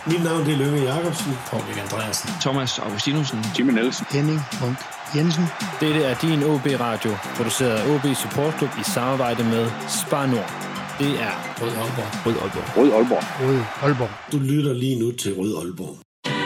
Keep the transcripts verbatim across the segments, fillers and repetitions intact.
Mit navn det er Lønge Jacobsen. Paul Andreasen. Thomas Augustinussen. Jimmy Nielsen. Henning Munk Jensen. Dette er din O B-radio, produceret af O B Support Club i samarbejde med Spar Nord. Det er Rød Aalborg. Rød Aalborg. Rød Aalborg. Rød Aalborg. Du lytter lige nu til Rød Aalborg.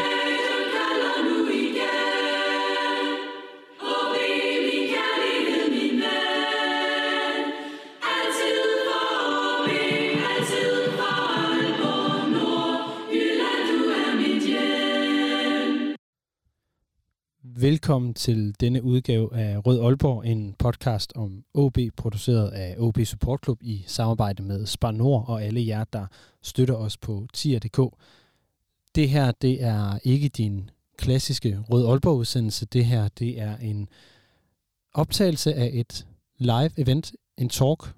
Velkommen til denne udgave af Rød Aalborg, en podcast om O B, produceret af O B Support Club i samarbejde med Spar Nord og alle jer, der støtter os på tier punktum d k. Det her, det er ikke din klassiske Rød Aalborg-udsendelse. Det her, det er en optagelse af et live event, en talk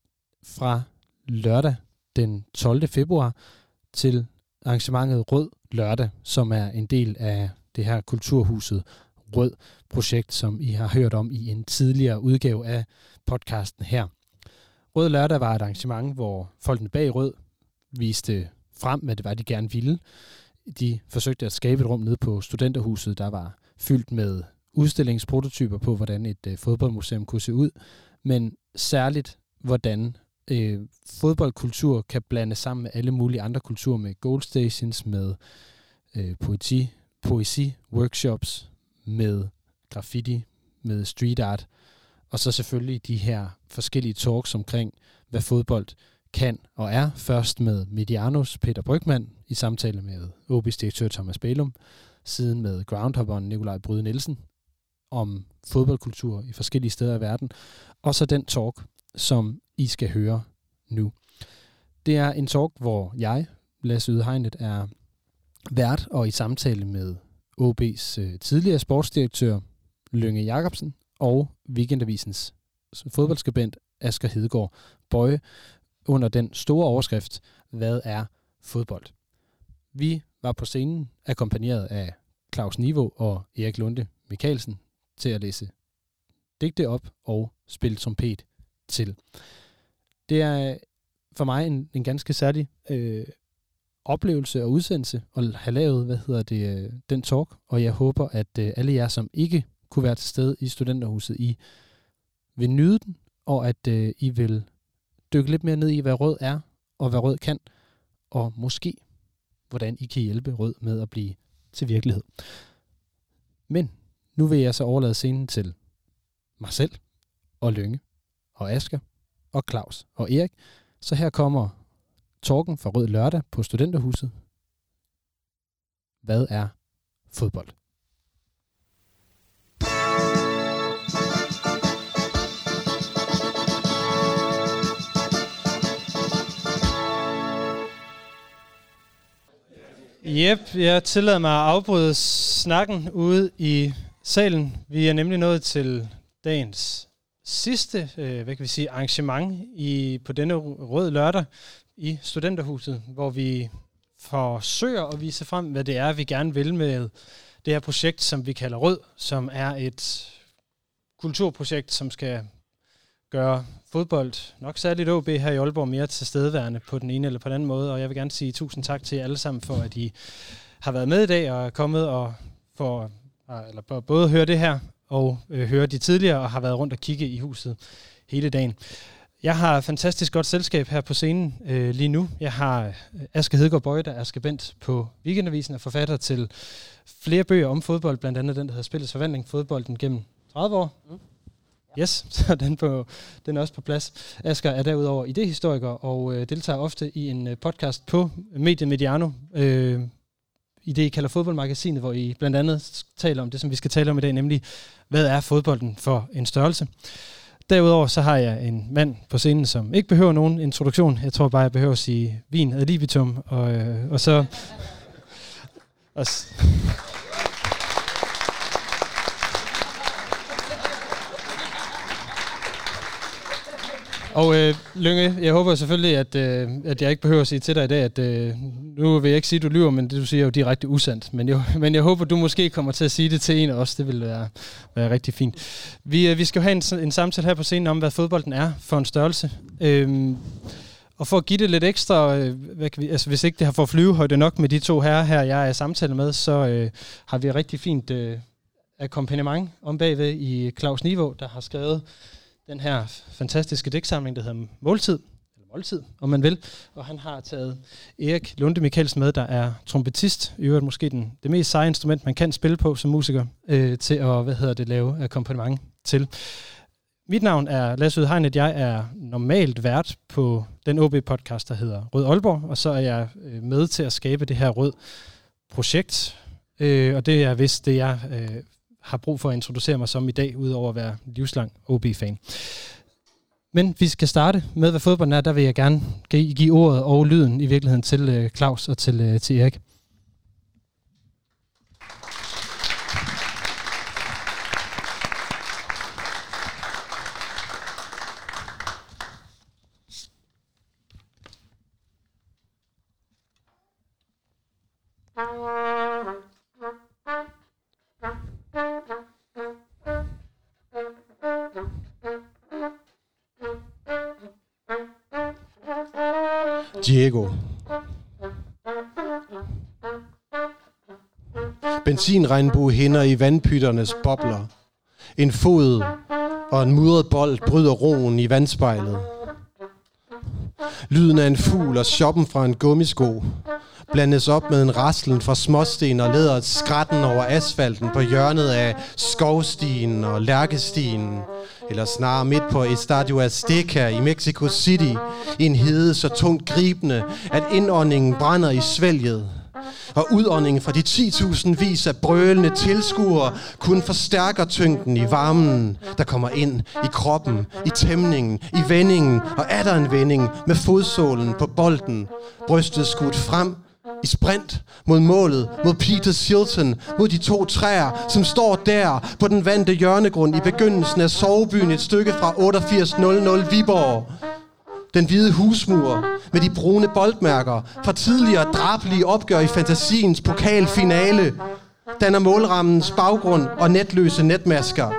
fra lørdag den tolvte februar til arrangementet Rød Lørdag, som er en del af det her Kulturhuset Rød projekt, som I har hørt om i en tidligere udgave af podcasten her. Rød Lørdag var et arrangement, hvor folkene bag Rød viste frem, hvad det var, de gerne ville. De forsøgte at skabe et rum nede på Studenterhuset, der var fyldt med udstillingsprototyper på, hvordan et øh, fodboldmuseum kunne se ud, men særligt, hvordan øh, fodboldkultur kan blande sammen med alle mulige andre kulturer, med goal stations, med øh, poesi, poesi-workshops, med graffiti, med street art, og så selvfølgelig de her forskellige talks omkring, hvad fodbold kan og er. Først med Medianos Peter Brygmann i samtale med O B's direktør Thomas Bælum, siden med groundhopperen Nikolaj Bryde Nielsen om fodboldkultur i forskellige steder i verden, og så den talk, som I skal høre nu. Det er en talk, hvor jeg, Lasse Ydhegnet, er vært og i samtale med O B's øh, tidligere sportsdirektør Lønge Jacobsen og Weekendavisens fodboldskribent Asger Hedegaard Bøje under den store overskrift, hvad er fodbold? Vi var på scenen akkompagneret af Claus Niveau og Erik Lunde Mikkelsen til at læse digte op og spille trompet til. Det er for mig en, en ganske særlig øh, oplevelse og udsendelse at have lavet, hvad hedder det, den talk, og jeg håber, at alle jer, som ikke kunne være til stede i Studenterhuset, I vil nyde den, og at uh, I vil dykke lidt mere ned i, hvad Rød er, og hvad Rød kan, og måske, hvordan I kan hjælpe Rød med at blive til virkelighed. Men nu vil jeg så overlade scenen til mig selv, og Lønge, og Asger, og Claus, og Erik. Så her kommer talken fra Rød Lørdag på Studenterhuset. Hvad er fodbold? Jep, jeg tillader mig at afbryde snakken ude i salen. Vi er nemlig nået til dagens sidste, øh, hvad kan vi sige, arrangement i, på denne Rød Lørdag i Studenterhuset, hvor vi forsøger at vise frem, hvad det er, vi gerne vil med det her projekt, som vi kalder Rød, som er et kulturprojekt, som skal gøre fodbold, nok særligt O B her i Aalborg, mere tilstedeværende på den ene eller på den anden måde. Og jeg vil gerne sige tusind tak til jer alle sammen for, at I har været med i dag og er kommet og for, eller både at høre det her og øh, høre de tidligere, og har været rundt og kigge i huset hele dagen. Jeg har fantastisk godt selskab her på scenen øh, lige nu. Jeg har Asger Hedegaard Bøje, der er skribent på Weekendavisen og forfatter til flere bøger om fodbold, blandt andet den, der hedder Spillets Forvandling, fodbolden gennem tredive år. Mm. Yes, så den, på, den er også på plads. Asger er derudover idehistoriker og øh, deltager ofte i en øh, podcast på Medie Mediano, øh, i det, I kalder Fodboldmagasinet, hvor I blandt andet taler om det, som vi skal tale om i dag, nemlig, hvad er fodbolden for en størrelse? Derudover så har jeg en mand på scenen, som ikke behøver nogen introduktion. Jeg tror bare, jeg behøver at sige vin ad libitum, og, øh, og så... og s- Og øh, Lønge, jeg håber selvfølgelig, at, øh, at jeg ikke behøver at sige til dig i dag, at øh, nu vil jeg ikke sige, at du lyver, men det du siger er jo direkte usandt. Men jeg, men jeg håber, du måske kommer til at sige det til en af os. Det vil være, være rigtig fint. Vi, øh, vi skal jo have en, en samtale her på scenen om, hvad fodbolden er for en størrelse. Øhm, Og for at give det lidt ekstra, øh, hvad kan vi, altså hvis ikke det har fået flyvehøjde nok med de to herrer her, jeg er i samtale med, så øh, har vi et rigtig fint øh, akkompagnement om bagved i Claus Nivå, der har skrevet den her fantastiske digtsamling, der hedder Måltid, eller Måltid, om man vil. Og han har taget Erik Lunde Mikkelsen med, der er trompetist, i øvrigt måske den, det mest seje instrument, man kan spille på som musiker, øh, til at hvad hedder det, lave akkompagnement til. Mit navn er Lasse Udhegnet. Jeg er normalt vært på den O B-podcast, der hedder Rød Aalborg, og så er jeg med til at skabe det her Rød projekt, øh, og det er vist det, jeg øh, har brug for at introducere mig som i dag, udover at være livslang O B-fan. Men vi skal starte med, hvad fodbolden er. Der vil jeg gerne give, give ordet og lyden i virkeligheden til øh, Claus og til, øh, til Erik. Diego. Benzinregnbue hinder i vandpytternes bobler. En fod og en mudret bold bryder roen i vandspejlet. Lyden af en fugl og shoppen fra en gummisko blandes op med en raslen fra småsten og læder skratten over asfalten på hjørnet af Skovstien og Lærkestien, eller snarere midt på Estadio Azteca i Mexico City, i en hede så tungt gribende, at indåndingen brænder i svælget. Og udåndingen fra de ti tusind vis af brølende tilskuere kun forstærker tyngden i varmen, der kommer ind i kroppen, i tæmningen, i vendingen og er der en vending med fodsålen på bolden, brystet skudt frem i sprint mod målet, mod Peter Shilton, mod de to træer, som står der på den vante hjørnegrund i begyndelsen af sovebyen et stykke fra otteogfirs nul nul Viborg. Den hvide husmur med de brune boldmærker fra tidligere drabelige opgør i fantasiens pokalfinale danner målrammens baggrund og netløse netmasker.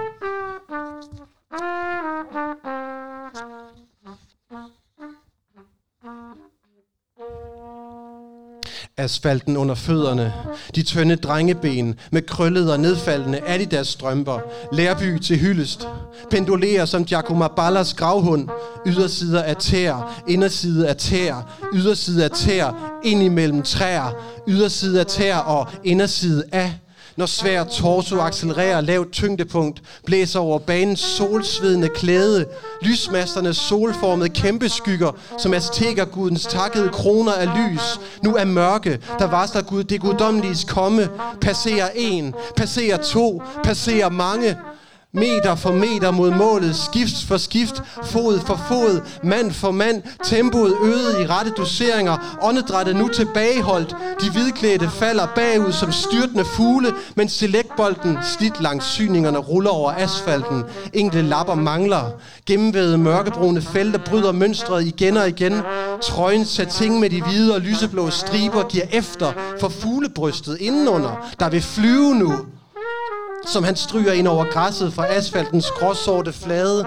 Asfalten under fødderne, de tynde drengebene med krøllede og nedfaldende Adidas strømper, Lærby til hyldest, pendulerer som Giacomo Ballas gravhund, ydersider af tær, inderside af tær, yderside af tær, ind imellem træer, yderside af tær og inderside af. Når svær torso accelererer lavt tyngdepunkt, blæser over banens solsvedende klæde, lysmasternes solformede kæmpeskygger, som aztekergudens takkede kroner af lys, nu er mørke, der varsler Gud det guddommeliges komme, passerer en, passerer to, passerer mange. Meter for meter mod målet, skift for skift, fod for fod, mand for mand, tempoet øget i rette doseringer, åndedrættet nu tilbageholdt. De hvidklædte falder bagud som styrtende fugle, mens selectbolden slidt langs syningerne ruller over asfalten. Enkelte lapper mangler. Gennemvævede mørkebrune felter bryder mønstret igen og igen. Trøjens satin med de hvide og lyseblå striber giver efter for fuglebrystet indenunder, der vil flyve nu. Som han stryger ind over græsset fra asfaltens gråsorte flade.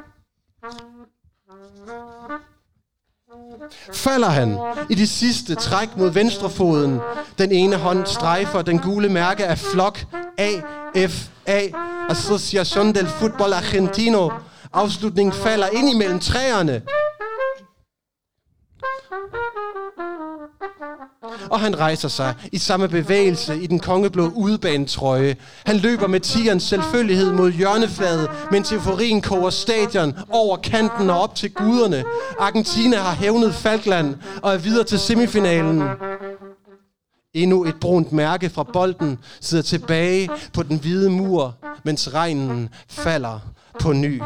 Falder han i det sidste træk mod venstrefoden. Den ene hånd strejfer den gule mærke af flok A F A, Asociación del Fútbol Argentino. Afslutningen falder ind imellem træerne. Og han rejser sig i samme bevægelse i den kongeblå udebanetrøje. Han løber med tigerens selvfølgelighed mod hjørnefladet, mens euforien koger stadion over kanten og op til guderne. Argentina har hævnet Falkland og er videre til semifinalen. Endnu et brunt mærke fra bolden sidder tilbage på den hvide mur, mens regnen falder på ny.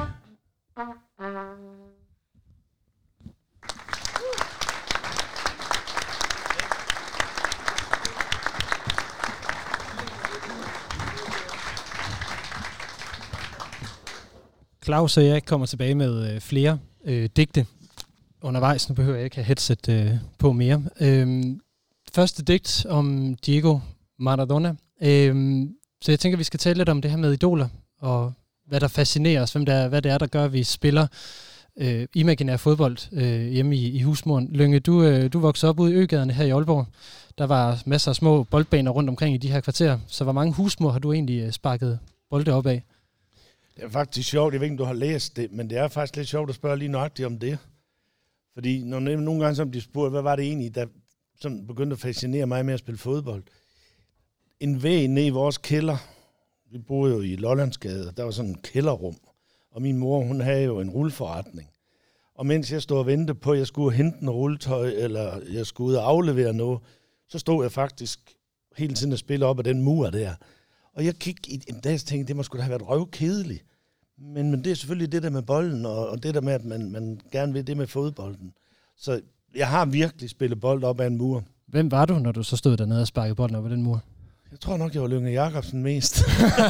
Claus og jeg kommer tilbage med øh, flere øh, digte undervejs. Nu behøver jeg ikke have headset øh, på mere. Øhm, første digt om Diego Maradona. Øhm, så jeg tænker, vi skal tale lidt om det her med idoler, og hvad der fascinerer os, hvem der, hvad det er, der gør, at vi spiller øh, imaginær fodbold øh, hjemme i, i husmoren. Lynge, du, øh, du voksede op ude i Øgaderne her i Aalborg. Der var masser af små boldbaner rundt omkring i de her kvarterer. Så hvor mange husmor har du egentlig øh, sparket bolde op af? Det er faktisk sjovt, jeg ved ikke, om du har læst det, men det er faktisk lidt sjovt at spørge lige nøjagtigt om det. Fordi når nogle gange som de spurgte, hvad var det egentlig, der som begyndte at fascinere mig med at spille fodbold. En væg nede i vores kælder, vi boede jo i Lollandsgade, der var sådan en kælderrum, og min mor, hun havde jo en rulleforretning. Og mens jeg stod og ventede på, at jeg skulle hente en rulletøj, eller jeg skulle ud og aflevere noget, så stod jeg faktisk hele tiden og spille op ad den mur der. Og jeg kiggede i en dag og tænkte, det må sgu da have været røvkedeligt. Men, men det er selvfølgelig det der med bolden, og, og det der med, at man, man gerne vil det med fodbolden. Så jeg har virkelig spillet bold op ad en mur. Hvem var du, når du så stod dernede og sparkede bolden op ad den mur? Jeg tror nok, jeg var Lynge Jacobsen mest.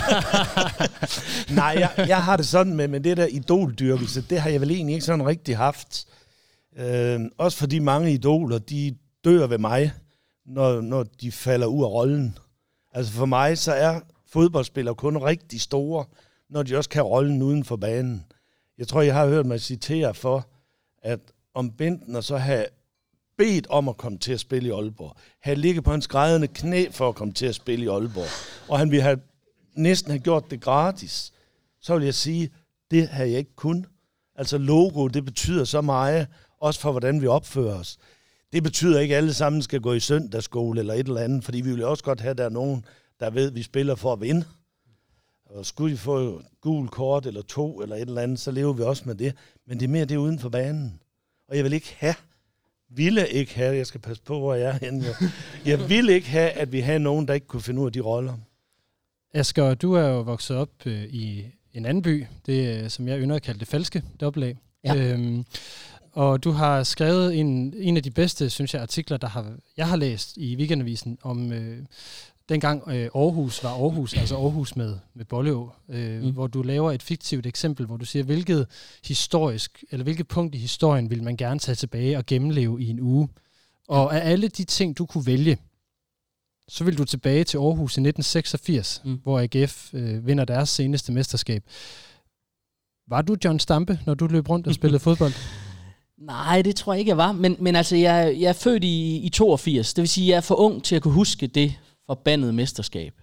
Nej, jeg, jeg har det sådan med, med det der idoldyrkelse, det har jeg vel egentlig ikke sådan rigtig haft. Øh, også fordi mange idoler, de dør ved mig, når, når de falder ud af rollen. Altså for mig, så er fodboldspillere kun rigtig store, når de også kan rollen uden for banen. Jeg tror, jeg har hørt mig citere for, at om Bentner så have bedt om at komme til at spille i Aalborg, have ligget på hans grædende knæ for at komme til at spille i Aalborg, og han ville have næsten have gjort det gratis, så vil jeg sige, det har jeg ikke kun. Altså logo, det betyder så meget, også for hvordan vi opfører os. Det betyder ikke, at alle sammen skal gå i søndagsskole eller et eller andet, fordi vi vil også godt have, at der er nogen, der ved, at vi spiller for at vinde. Og skulle de få gul kort eller to eller et eller andet, så lever vi også med det. Men det er mere det uden for banen. Og jeg vil ikke have, ville ikke have, jeg skal passe på, hvor jeg er henne. Jeg ville ikke have, at vi havde nogen, der ikke kunne finde ud af de roller. Asger, du er jo vokset op øh, i en anden by, det som jeg ynder at kalde det falske dobbelt A. Ja. Øhm, og du har skrevet en, en af de bedste, synes jeg, artikler, der har, jeg har læst i Weekendavisen om øh, dengang øh, Aarhus var Aarhus, altså Aarhus med, med Bolleå, øh, mm. hvor du laver et fiktivt eksempel, hvor du siger, hvilket historisk, eller hvilket punkt i historien vil man gerne tage tilbage og gennemleve i en uge. Og af alle de ting, du kunne vælge, så vil du tilbage til Aarhus i nitten seksogfirs, mm. hvor A G F øh, vinder deres seneste mesterskab. Var du John Stampe, når du løb rundt og spillede fodbold? Nej, det tror jeg ikke, jeg var. Men, men altså, jeg, jeg er født i, i toogfirs. Det vil sige, at jeg er for ung til at kunne huske det forbandede mesterskab.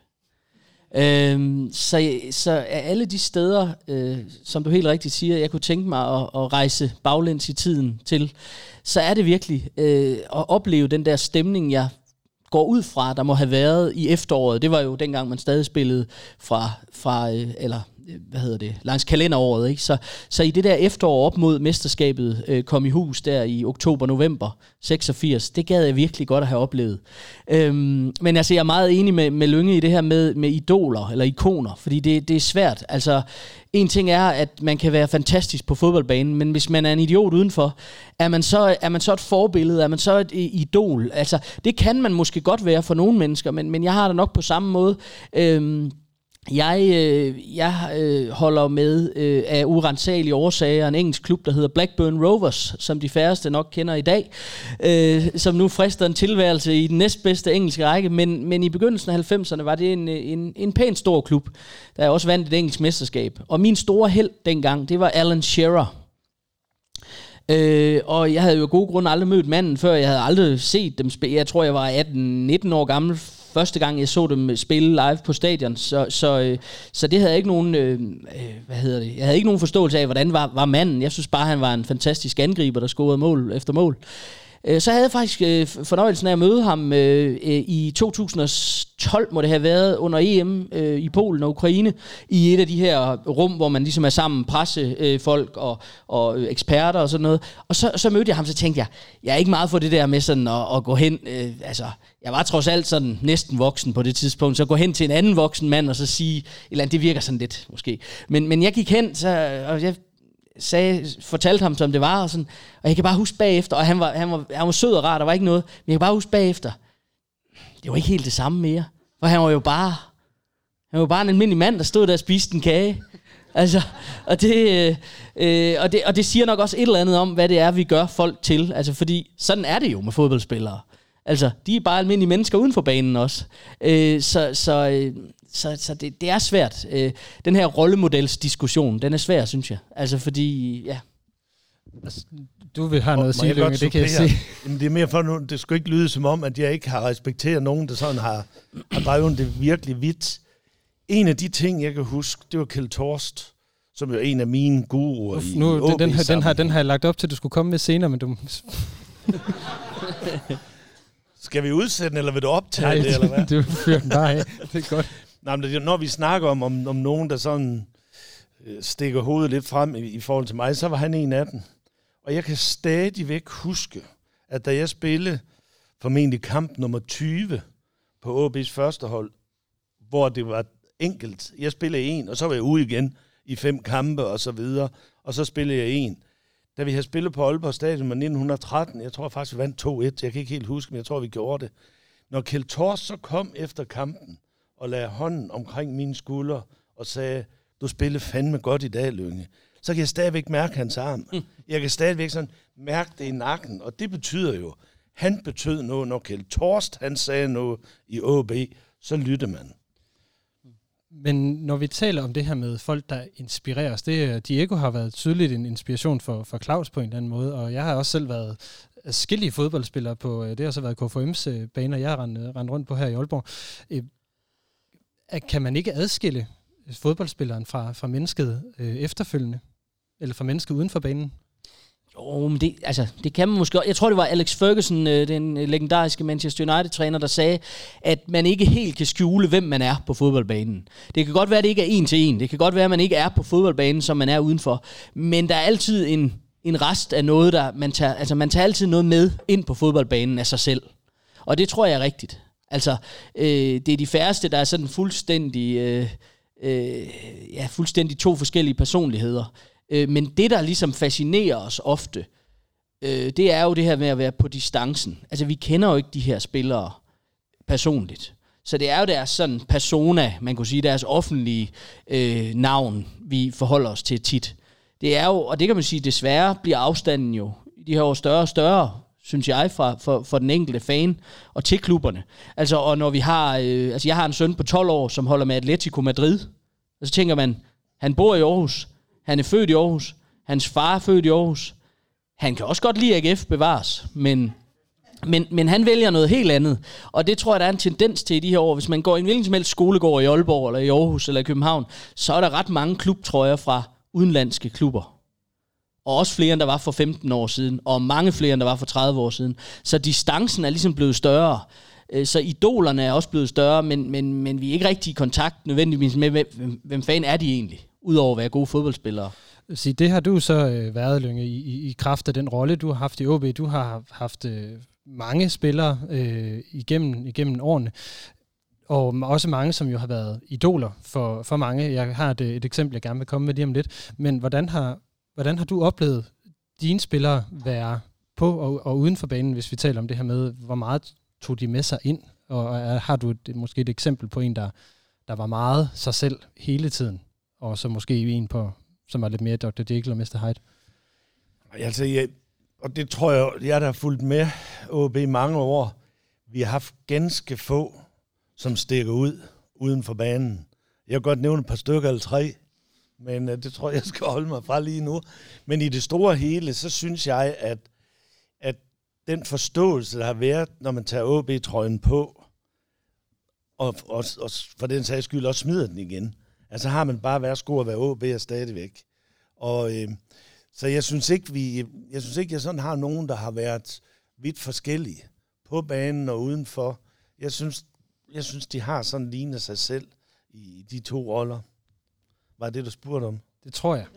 Øhm, så, så af alle de steder, øh, som du helt rigtigt siger, jeg kunne tænke mig at, at rejse baglæns i tiden til, så er det virkelig øh, at opleve den der stemning, jeg går ud fra, der må have været i efteråret. Det var jo dengang, man stadig spillede fra, fra øh, eller hvad hedder det, langs kalenderåret, ikke? Så, så i det der efterår op mod mesterskabet øh, kom i hus der i oktober-november seksogfirs, det gad jeg virkelig godt at have oplevet. Øhm, men altså, jeg er meget enig med, med Lynge i det her med, med idoler, eller ikoner, fordi det, det er svært. Altså, en ting er, at man kan være fantastisk på fodboldbanen, men hvis man er en idiot udenfor, er man så, er man så et forbillede, er man så et idol? Altså, det kan man måske godt være for nogle mennesker, men, men jeg har det nok på samme måde. Øhm, Jeg, øh, jeg øh, holder med øh, af urensagelige årsager en engelsk klub, der hedder Blackburn Rovers, som de færreste nok kender i dag, øh, som nu frister en tilværelse i den næstbedste engelske række, men, men i begyndelsen af halvfemserne var det en, en, en pænt stor klub, der også vandt et engelsk mesterskab. Og min store held dengang, det var Alan Shearer. Øh, og jeg havde jo af gode grunde aldrig mødt manden før, jeg havde aldrig set dem spille. Jeg tror, jeg var atten nitten år gammel, første gang jeg så dem spille live på stadion, så, så, øh, så det havde jeg ikke nogen, øh, hvad hedder det, jeg havde ikke nogen forståelse af, hvordan var, var manden. Jeg synes bare, han var en fantastisk angriber, der scorede mål efter mål. Øh, så havde jeg faktisk øh, fornøjelsen af at møde ham øh, øh, i to tusind og tolv, må det have været, under E M øh, i Polen og Ukraine, i et af de her rum, hvor man ligesom er sammen, pressefolk øh, og, og øh, eksperter og sådan noget. Og så, så mødte jeg ham, så tænkte jeg, jeg er ikke meget for det der med sådan at, at gå hen, øh, altså, jeg var trods alt sådan næsten voksen på det tidspunkt, så gå hen til en anden voksen mand og så sige, eller andet, det virker sådan lidt måske. Men, men jeg gik hen, så, og jeg sagde, fortalte ham, som det var, og, sådan, og jeg kan bare huske bagefter, og han var, han, var, han var sød og rar, der var ikke noget, men jeg kan bare huske bagefter, det var ikke helt det samme mere, for han var jo bare, han var bare en almindelig mand, der stod der og spiste en kage. Altså, og det, øh, og, det, og det siger nok også et eller andet om, hvad det er, vi gør folk til, altså fordi, sådan er det jo med fodboldspillere. Altså, de er bare almindelige mennesker uden for banen også. Øh, så så, øh, så, så det, det er svært. Øh, den her rollemodelsdiskussion, den er svær, synes jeg. Altså, fordi, ja. Altså, du vil have noget at Må sige, jeg godt Lønge, det kan jeg se. supplere? Jamen, det er mere for nu, det skal ikke lyde som om, at jeg ikke har respekteret nogen, der sådan har, har drevet det virkelig vidt. En af de ting, jeg kan huske, det var Kjeld Torst, som jo er en af mine guruer Uf, i, nu, i den, den, her, den, her, den har jeg lagt op til, at du skulle komme med senere, men du... Skal vi udsætte den, eller vil du optage Nej, det, eller hvad? du fyrer den bare af. Det er godt. Nej, men når vi snakker om, om, om nogen, der sådan øh, stikker hovedet lidt frem i, i forhold til mig, så var han en af dem. Og jeg kan stadigvæk huske, at da jeg spillede formentlig kamp nummer tyve på A B's første hold, hvor det var enkelt. Jeg spillede en, og så var jeg ude igen i fem kampe og så videre, og så spillede jeg en. Da vi havde spillet på Aalborg Stadion med nitten tretten, jeg tror faktisk, vi vandt to et, jeg kan ikke helt huske, men jeg tror, vi gjorde det. Når Kjeld Torst så kom efter kampen og lagde hånden omkring mine skuldre og sagde, du spillede fandme godt i dag, Lønge, så kan jeg stadigvæk mærke hans arm. Mm. Jeg kan stadigvæk sådan mærke det i nakken, og det betyder jo, han betød noget, når Kjeld Torst, han sagde noget i A B, så lytter man. Men når vi taler om det her med folk, der inspirerer os, det, Diego har været tydeligt en inspiration for, for Claus på en eller anden måde, og jeg har også selv været adskillige fodboldspillere på, det har så været K F U M's baner, jeg har rendt, rendt rundt på her i Aalborg. Kan man ikke adskille fodboldspilleren fra, fra mennesket øh, efterfølgende, eller fra mennesket uden for banen? Jo, men det, altså, det kan man måske. Jeg tror, det var Alex Ferguson, øh, den legendariske Manchester United-træner, der sagde, at man ikke helt kan skjule, hvem man er på fodboldbanen. Det kan godt være, at det ikke er en til en. Det kan godt være, at man ikke er på fodboldbanen, som man er udenfor. Men der er altid en, en rest af noget, der man tager, altså man tager altid noget med ind på fodboldbanen af sig selv. Og det tror jeg er rigtigt. Altså, øh, det er de færreste, der er sådan fuldstændig, øh, øh, ja, fuldstændig to forskellige personligheder. Men det, der ligesom fascinerer os ofte, øh, det er jo det her med at være på distancen. Altså, vi kender jo ikke de her spillere personligt. Så det er jo deres sådan persona, man kunne sige, deres offentlige øh, navn, vi forholder os til tit. Det er jo, og det kan man sige, desværre bliver afstanden jo i de her år større og større, synes jeg, fra, for, for den enkelte fan og til klubberne. Altså, og når vi har, øh, altså jeg har en søn på tolv år, som holder med Atletico Madrid, og så tænker man, han bor i Aarhus, han er født i Aarhus. Hans far er født i Aarhus. Han kan også godt lide A G F bevares, men, men, men han vælger noget helt andet. Og det tror jeg, der er en tendens til i de her år. Hvis man går i en hvilken som helst skolegård i Aalborg, eller i Aarhus, eller i København, så er der ret mange klubtrøjer fra udenlandske klubber. Og også flere, end der var for femten år siden, og mange flere, end der var for tredive år siden. Så distancen er ligesom blevet større. Så idolerne er også blevet større, men, men, men vi er ikke rigtig i kontakt nødvendigvis med, hvem, hvem fanden er de egentlig? Udover at være gode fodboldspillere. Så det har du så øh, været, Lønge, i, i, i kraft af den rolle, du har haft i A B. Du har haft øh, mange spillere øh, igennem, igennem årene, og også mange, som jo har været idoler for, for mange. Jeg har et, et eksempel, jeg gerne vil komme med lige om lidt. Men hvordan har, hvordan har du oplevet dine spillere være på og, og uden for banen, hvis vi taler om det her med, hvor meget tog de med sig ind? Og er, har du et, måske et eksempel på en, der, der var meget sig selv hele tiden? Og så måske en på, som er lidt mere doktor Jekyll og mister Hyde. Altså, jeg, og det tror jeg, jeg der har fulgt med A B i mange år. Vi har haft ganske få, som stikker ud uden for banen. Jeg kan godt nævne et par stykker eller tre, men uh, det tror jeg, jeg skal holde mig fra lige nu. Men i det store hele, så synes jeg, at, at den forståelse, der har været, når man tager A B-trøjen på, og, og, og for den sags skyld også smider den igen, altså har man bare værsgo at være A B'er stadigvæk. Og øh, så jeg synes ikke, vi, jeg synes ikke, jeg sådan har nogen, der har været vidt forskellige på banen og udenfor. Jeg synes, jeg synes de har sådan lignet sig selv i de to roller. Var det, du spurgte om? Det tror jeg.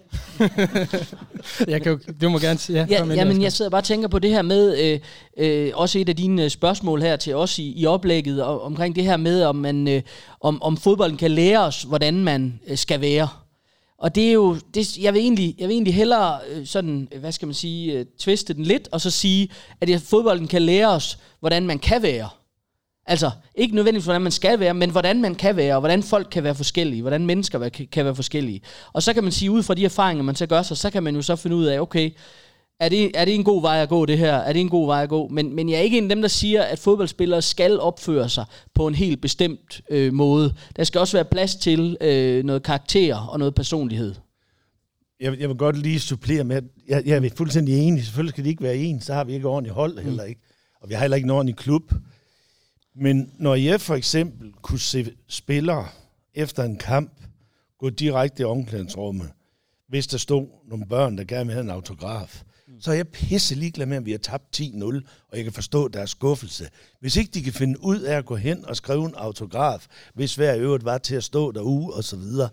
jeg kan jo, du må gerne sige. Ja, ja, jamen, jeg sidder bare og tænker på det her med, øh, øh, også et af dine spørgsmål her til os i, i oplægget, og, omkring det her med, om, man, øh, om, om fodbolden kan lære os, hvordan man øh, skal være. Og det er jo, det, jeg, vil egentlig, jeg vil egentlig hellere øh, sådan, hvad skal man sige, øh, twiste den lidt, og så sige, at det, fodbolden kan lære os, hvordan man kan være. Altså, ikke nødvendigvis, hvordan man skal være, men hvordan man kan være, og hvordan folk kan være forskellige, hvordan mennesker kan være forskellige. Og så kan man sige, ud fra de erfaringer, man så gør sig, så kan man jo så finde ud af, okay, er det, er det en god vej at gå det her? Er det en god vej at gå? Men, men jeg er ikke en af dem, der siger, at fodboldspillere skal opføre sig på en helt bestemt øh, måde. Der skal også være plads til øh, noget karakter og noget personlighed. Jeg, jeg vil godt lige supplere med, at jeg, jeg er fuldstændig enig. Selvfølgelig skal de ikke være en, så har vi ikke ordentligt hold heller ikke. Og vi har heller ikke en ordentlig klub. Men når jeg for eksempel kunne se spillere efter en kamp gå direkte i omklædningsrummet, hvis der stod nogle børn, der gerne vil have en autograf, så er jeg pisse ligeglad med, at vi har tabt ti nul, og jeg kan forstå deres skuffelse. Hvis ikke de kan finde ud af at gå hen og skrive en autograf, hvis hver øvrigt var til at stå derude, og så videre.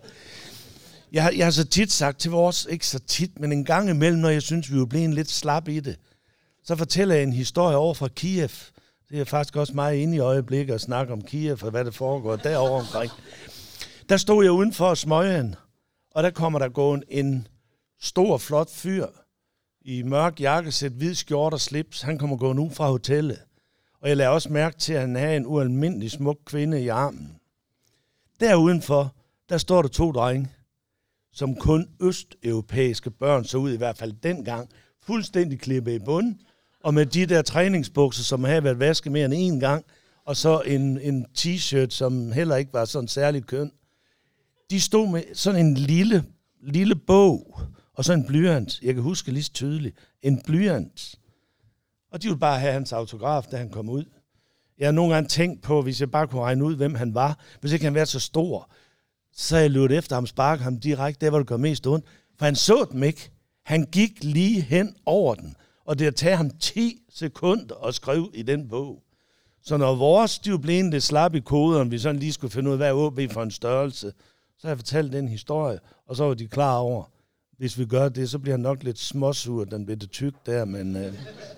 Jeg har, jeg har så tit sagt til vores, ikke så tit, men en gang imellem, når jeg synes, vi er blevet lidt slap i det, så fortæller jeg en historie over fra Kiev. Det er faktisk også meget inde i øjeblikket at snakke om Kiev, og hvad det foregår derovre omkring. Der stod jeg uden for smøgen, og der kommer der gående en stor, flot fyr i mørk jakkesæt, hvid skjort og slips. Han kommer gående ud fra hotellet. Og jeg lader også mærke til, at han har en ualmindelig smuk kvinde i armen. Der udenfor, der står der to drenge, som kun østeuropæiske børn så ud, i hvert fald dengang, fuldstændig klippet i bunden, og med de der træningsbukser, som havde været vasket mere end en gang, og så en, en t-shirt, som heller ikke var sådan særlig køn. De stod med sådan en lille, lille bog, og så en blyant. Jeg kan huske lige så tydeligt. En blyant. Og de ville bare have hans autograf, da han kom ud. Jeg har nogle gange tænkt på, hvis jeg bare kunne regne ud, hvem han var, hvis ikke han var så stor, så jeg løbet efter ham, sparke ham direkte, der hvor det gør mest ondt. For han så dem ikke. Han gik lige hen over den. Og det har taget ham ti sekunder at skrive i den bog. Så når vores, de var blevet lidt slap i koderen, vi sådan lige skulle finde ud af, hvad er O B for en størrelse, så har jeg fortalt den historie, og så var de klar over, hvis vi gør det, så bliver han nok lidt småsur, den bliver det tyk der, men... Øh.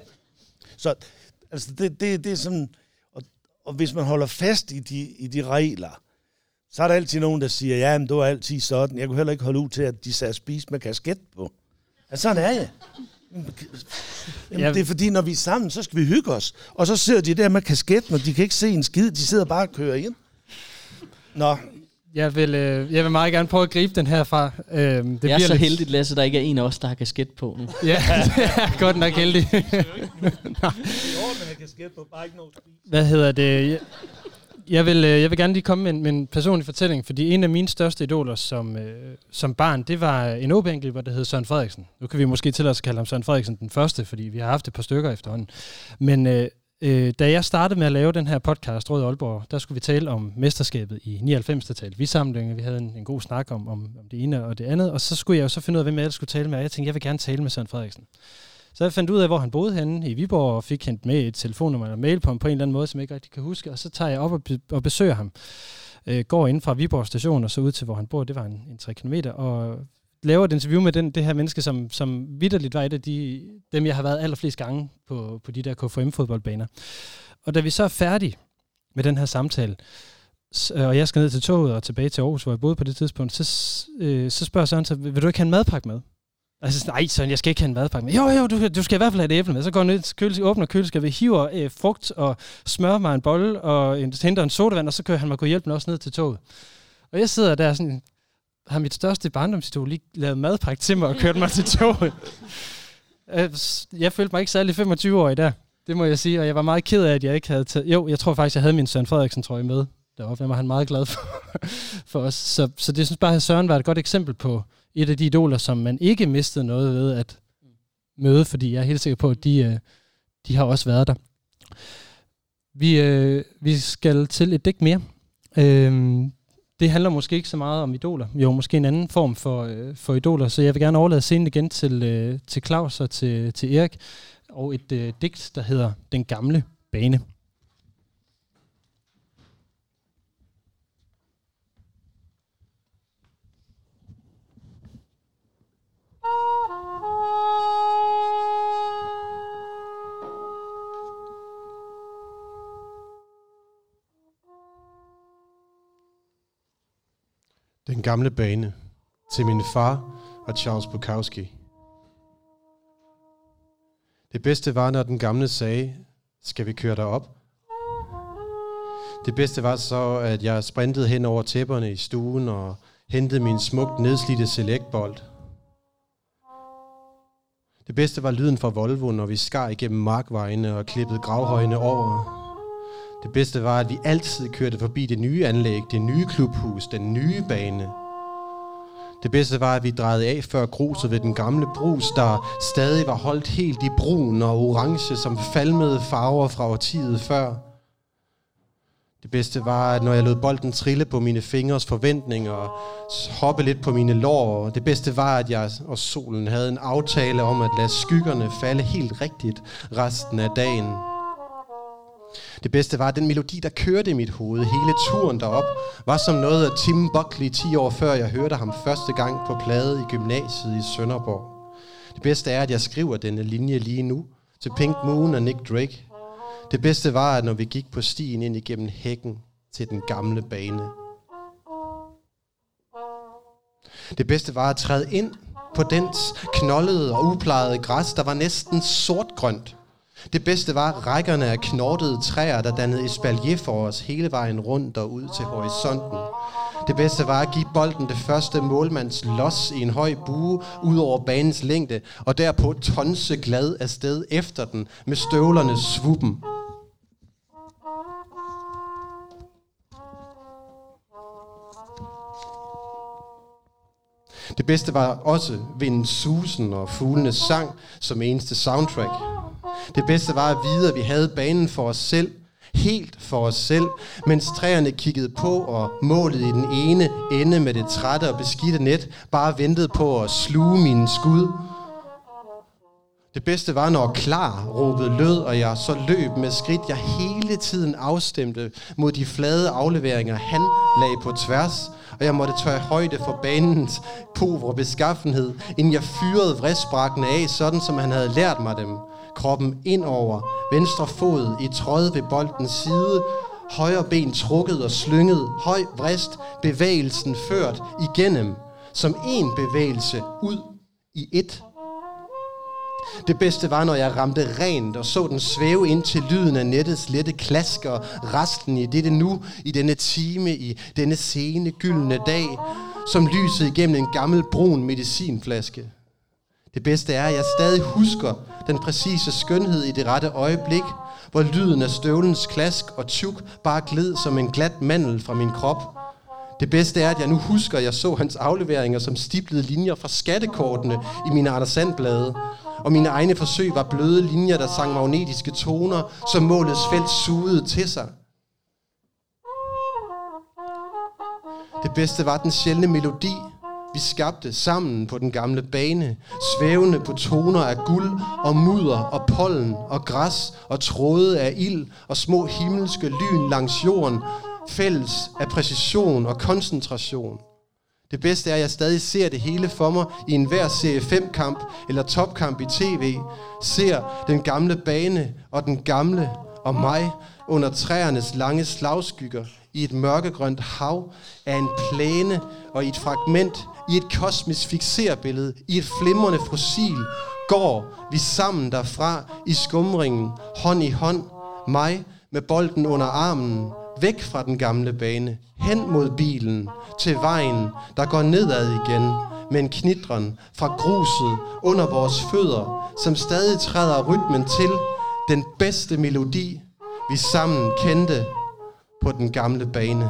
Så altså det, det, det er sådan... Og, og hvis man holder fast i de, i de regler, så er der altid nogen, der siger, ja, men det var altid sådan. Jeg kunne heller ikke holde ud til, at de sagde spise med kasket på. Altså sådan er jeg. Jamen, ja. Det er fordi, når vi er sammen, så skal vi hygge os. Og så sidder de der med kasketten, og de kan ikke se en skid. De sidder bare og kører ind. Nå. Jeg vil, øh, jeg vil meget gerne prøve at gribe den her fra. Øh, det jeg er bliver så lidt... heldigt, Lasse, der ikke er en af os, der har kasket på nu. Ja, det er godt nok heldig. Hvad hedder det? Jeg, jeg, vil, jeg vil gerne lige komme med en, med en personlig fortælling, fordi en af mine største idoler som, øh, som barn, det var en O B-angriber, der hed Søren Frederiksen. Nu kan vi måske til at kalde ham Søren Frederiksen den første, fordi vi har haft et par stykker efterhånden. Men øh, øh, da jeg startede med at lave den her podcast, Rød Aalborg, der skulle vi tale om mesterskabet i nioghalvfems, der talte vi samling, vi havde en, en god snak om, om, om det ene og det andet, og så skulle jeg jo så finde ud af, hvem jeg skulle tale med, og jeg tænkte, jeg vil gerne tale med Søren Frederiksen. Så jeg fandt ud af, hvor han boede henne i Viborg, og fik hentet med et telefonnummer eller mail på ham på en eller anden måde, som jeg ikke rigtig kan huske, og så tager jeg op og, be- og besøger ham. Øh, går ind fra Viborg station og så ud til, hvor han bor, det var en, en tre kilometer, og laver et interview med den, det her menneske, som, som vitterligt var et af de, dem, jeg har været allerflest gange på, på de der K F M-fodboldbaner. Og da vi så er færdige med den her samtale, og jeg skal ned til toget og tilbage til Aarhus, hvor jeg boede på det tidspunkt, så, øh, så spørger Søren så, vil du ikke have en madpakke med? Altså, nej, Søren, jeg skal ikke have en madpakke med. Jo, jo, du, du skal i hvert fald have et æble med. Så går jeg ned til køleskabet, åbner køleskabet, hiver øh, frugt og smører mig en bolle og en, henter en sodavand, og så kører han mig gå hjælpen også ned til toget. Og jeg sidder der sådan, har mit største barndomsidol lige lavet madpakke til mig og kørt mig til toget. Jeg følte mig ikke særlig femogtyve-årig der, det må jeg sige, og jeg var meget ked af, at jeg ikke havde taget... Jo, jeg tror faktisk, jeg havde min Søren Frederiksen-trøje med deroppe. Den var han meget glad for, for os. Så, så det synes bare, at Søren var et godt eksempel på et af de idoler, som man ikke mistede noget ved at møde, fordi jeg er helt sikker på, at de, de har også været der. Vi, øh, vi skal til et digt mere. Øh, det handler måske ikke så meget om idoler. Jo, måske en anden form for, øh, for idoler, så jeg vil gerne overlade scenen igen til, øh, til Claus og til, til Erik, og et øh, digt, der hedder Den gamle bane. Den gamle bane til min far og Charles Bukowski. Det bedste var, når den gamle sagde, skal vi køre derop? Det bedste var så, at jeg sprintede hen over tæpperne i stuen og hentede min smukt nedslidte selectbold. Det bedste var lyden fra Volvo, når vi skar igennem markvejene og klippede gravhøjene over. Det bedste var, at vi altid kørte forbi det nye anlæg, det nye klubhus, den nye bane. Det bedste var, at vi drejede af før gruset ved den gamle brus, der stadig var holdt helt i brun og orange som falmede farver fra årtiet før. Det bedste var, at når jeg lod bolden trille på mine fingres forventninger og hoppe lidt på mine lår. Det bedste var, at jeg og solen havde en aftale om at lade skyggerne falde helt rigtigt resten af dagen. Det bedste var, at den melodi, der kørte i mit hoved hele turen derop, var som noget af Tim Buckley ti år før jeg hørte ham første gang på plade i gymnasiet i Sønderborg. Det bedste er, at jeg skriver denne linje lige nu til Pink Moon og Nick Drake. Det bedste var, at når vi gik på stien ind igennem hækken til den gamle bane. Det bedste var at træde ind på dens knoldede og uplejede græs, der var næsten sortgrønt. Det bedste var rækkerne af knortede træer, der dannede espalier for os hele vejen rundt og ud til horisonten. Det bedste var at give bolden det første målmands los i en høj bue ud over banens længde, og derpå tonse glad afsted efter den med støvlerne svuppen. Det bedste var også vindens susen og fuglenes sang som eneste soundtrack. Det bedste var at vide, at vi havde banen for os selv, helt for os selv, mens træerne kiggede på og målet i den ene ende med det trætte og beskidte net bare ventede på at sluge mine skud. Det bedste var, når klar råbede lød, og jeg så løb med skridt, jeg hele tiden afstemte mod de flade afleveringer, han lagde på tværs, og jeg måtte tørre højde for banens povre beskaffenhed, inden jeg fyrede vristbrækkene af, sådan som han havde lært mig dem. Kroppen indover, venstre fod i tråd ved boldens side, højre ben trukket og slynget, høj vrist, bevægelsen ført igennem, som en bevægelse ud i et. Det bedste var, når jeg ramte rent og så den svæve ind til lyden af nettets lette klask og resten i dette nu, i denne time, i denne sene gyldne dag, som lyset igennem en gammel brun medicinflaske. Det bedste er, at jeg stadig husker den præcise skønhed i det rette øjeblik, hvor lyden af støvlens klask og tjuk bare gled som en glat mandel fra min krop. Det bedste er, at jeg nu husker, at jeg så hans afleveringer som stiplede linjer fra skattekortene i mine Anders Sand-blade, og mine egne forsøg var bløde linjer, der sang magnetiske toner, som målets felt sugede til sig. Det bedste var den sjældne melodi, vi skabte sammen på den gamle bane, svævende på toner af guld og mudder og pollen og græs og tråde af ild og små himmelske lyn langs jorden, fælles af præcision og koncentration. Det bedste er, at jeg stadig ser det hele for mig i enhver serie fem-kamp eller topkamp i tv, ser den gamle bane og den gamle og mig under træernes lange slagskygger i et mørkegrønt hav af en plæne og i et fragment, i et kosmisk fixerbillede, i et flimrende fossil, går vi sammen derfra i skumringen, hånd i hånd, mig med bolden under armen, væk fra den gamle bane, hen mod bilen, til vejen, der går nedad igen, med en knitren fra gruset under vores fødder, som stadig træder rytmen til, den bedste melodi, vi sammen kendte på den gamle bane.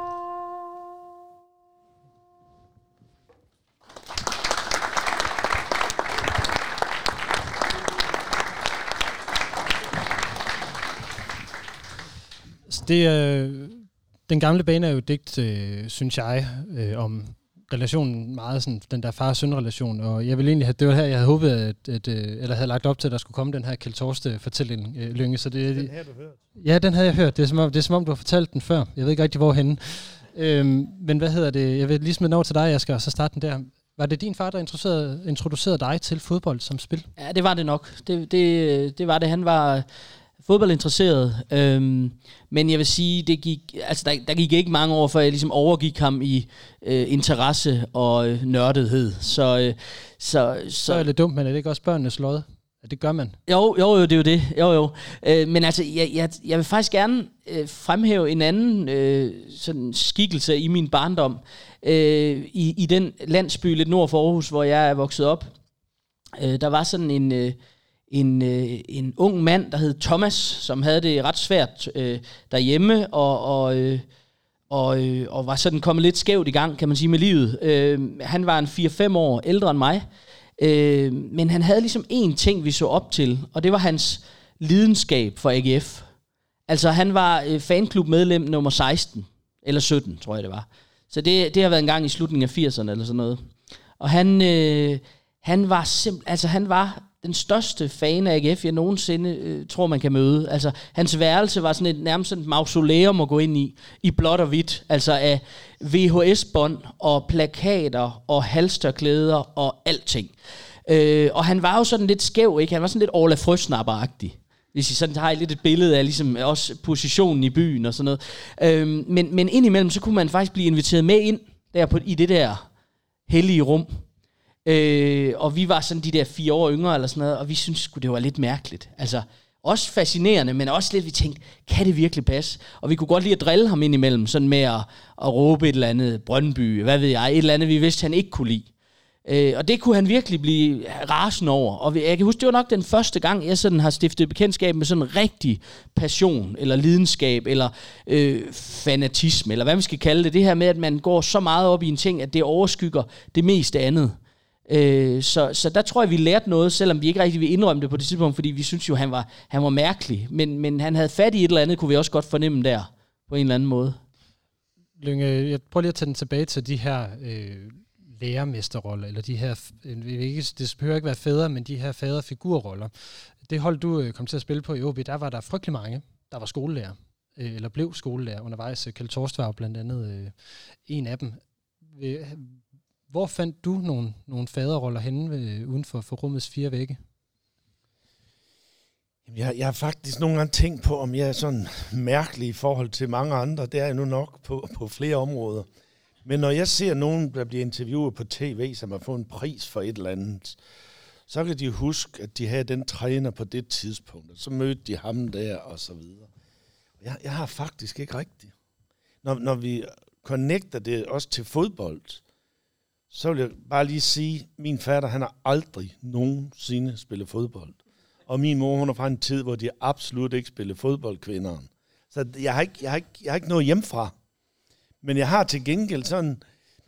Det er, den gamle bane er jo digt, øh, synes jeg, øh, om relationen meget sådan, den der far-søn-relation, og jeg vil egentlig have, det var her, jeg havde håbet, at, at, eller havde lagt op til, at der skulle komme den her Kjeld Torste-fortælling, øh, Lynge, så det... Den her, du hørt? Ja, den havde jeg hørt. Det er, som om, det er som om, du har fortalt den før. Jeg ved ikke rigtig, hvorhenne. Øhm, men hvad hedder det? Jeg vil lige smide den over til dig, Asger, og så starte den der. Var det din far, der introducerede, introducerede dig til fodbold som spil? Ja, det var det nok. Det, det, det var det. Han var fodboldinteresseret. Øhm, men jeg vil sige, det gik, altså der, der gik ikke mange år, før jeg ligesom overgik ham i øh, interesse og øh, nørdethed. Så, øh, så, så, så er det lidt dumt, men er det ikke også børnenes lod? Ja, det gør man. Jo, jo, jo, det er jo det. Jo, jo. Øh, men altså, jeg, jeg, jeg vil faktisk gerne øh, fremhæve en anden øh, sådan skikkelse i min barndom. Øh, i, I den landsby lidt nord for Aarhus, hvor jeg er vokset op. Øh, der var sådan en, øh, en, øh, en ung mand, der hed Thomas, som havde det ret svært øh, derhjemme, og, og, øh, og, øh, og var sådan kommet lidt skævt i gang, kan man sige, med livet. Øh, han var en fire fem år ældre end mig, øh, men han havde ligesom én ting, vi så op til, og det var hans lidenskab for A G F. Altså, han var øh, fanklubmedlem nummer seksten, eller sytten, tror jeg det var. Så det, det har været en gang i slutningen af firserne, eller sådan noget. Og han, øh, han var simpelthen, altså han var den største fan af A G F, jeg nogensinde øh, tror, man kan møde. Altså, hans værelse var sådan et nærmest sådan et mausoleum at gå ind i, i blåt og hvidt. Altså af V H S-bånd og plakater og halstørklæder og alting. Øh, og han var jo sådan lidt skæv, ikke? Han var sådan lidt Orla Frøsnapper-agtig. Hvis I sådan har lidt et billede af ligesom også positionen i byen og sådan noget. Øhm, men, men indimellem, så kunne man faktisk blive inviteret med ind der på, i det der hellige rum. Øh, og vi var sådan de der fire år yngre eller sådan noget, og vi syntes sgu, det var lidt mærkeligt. Altså, også fascinerende, men også lidt, vi tænkte, kan det virkelig passe? Og vi kunne godt lide at drille ham indimellem, sådan med at, at råbe et eller andet Brøndby, hvad ved jeg, et eller andet, vi vidste, han ikke kunne lide. Øh, og det kunne han virkelig blive rasende over. Og jeg kan huske, det var nok den første gang, jeg sådan har stiftet bekendtskab med sådan en rigtig passion, eller lidenskab, eller øh, fanatisme, eller hvad man skal kalde det. Det her med, at man går så meget op i en ting, at det overskygger det meste andet. Øh, så, så der tror jeg, vi lærte noget, selvom vi ikke rigtig ville indrømme det på det tidspunkt, fordi vi synes jo, han var, han var mærkelig. Men, men han havde fat i et eller andet, kunne vi også godt fornemme der, på en eller anden måde. Lynge, jeg prøver lige at tage den tilbage til de her øh, lærermesterroller, eller de her, ikke, det behøver ikke være fædre, men de her faderfigurroller. Det hold, du øh, kom til at spille på i O B, der var der frygtelig mange, der var skolelærer, øh, eller blev skolelærer undervejs. Kjeld Torst var blandt andet øh, en af dem. Øh, Hvor fandt du nogle, nogle faderroller henne ved, uden for, for rummets fire vægge? Jeg, jeg har faktisk nogle gange tænkt på, om jeg er sådan mærkelig i forhold til mange andre. Det er jeg nu nok på, på flere områder. Men når jeg ser nogen, der bliver interviewet på tv, som har fået en pris for et eller andet, så kan de huske, at de havde den træner på det tidspunkt, og så mødte de ham der, og så videre. Jeg, jeg har faktisk ikke rigtigt. Når, når vi connecter det også til fodbold, så vil jeg bare lige sige, at min fatter, han har aldrig nogensinde spillet fodbold. Og min mor, hun er fra en tid, hvor de absolut ikke spillede fodbold, kvinderne. Så jeg har ikke, jeg har ikke, jeg har ikke noget hjemmefra. Men jeg har til gengæld sådan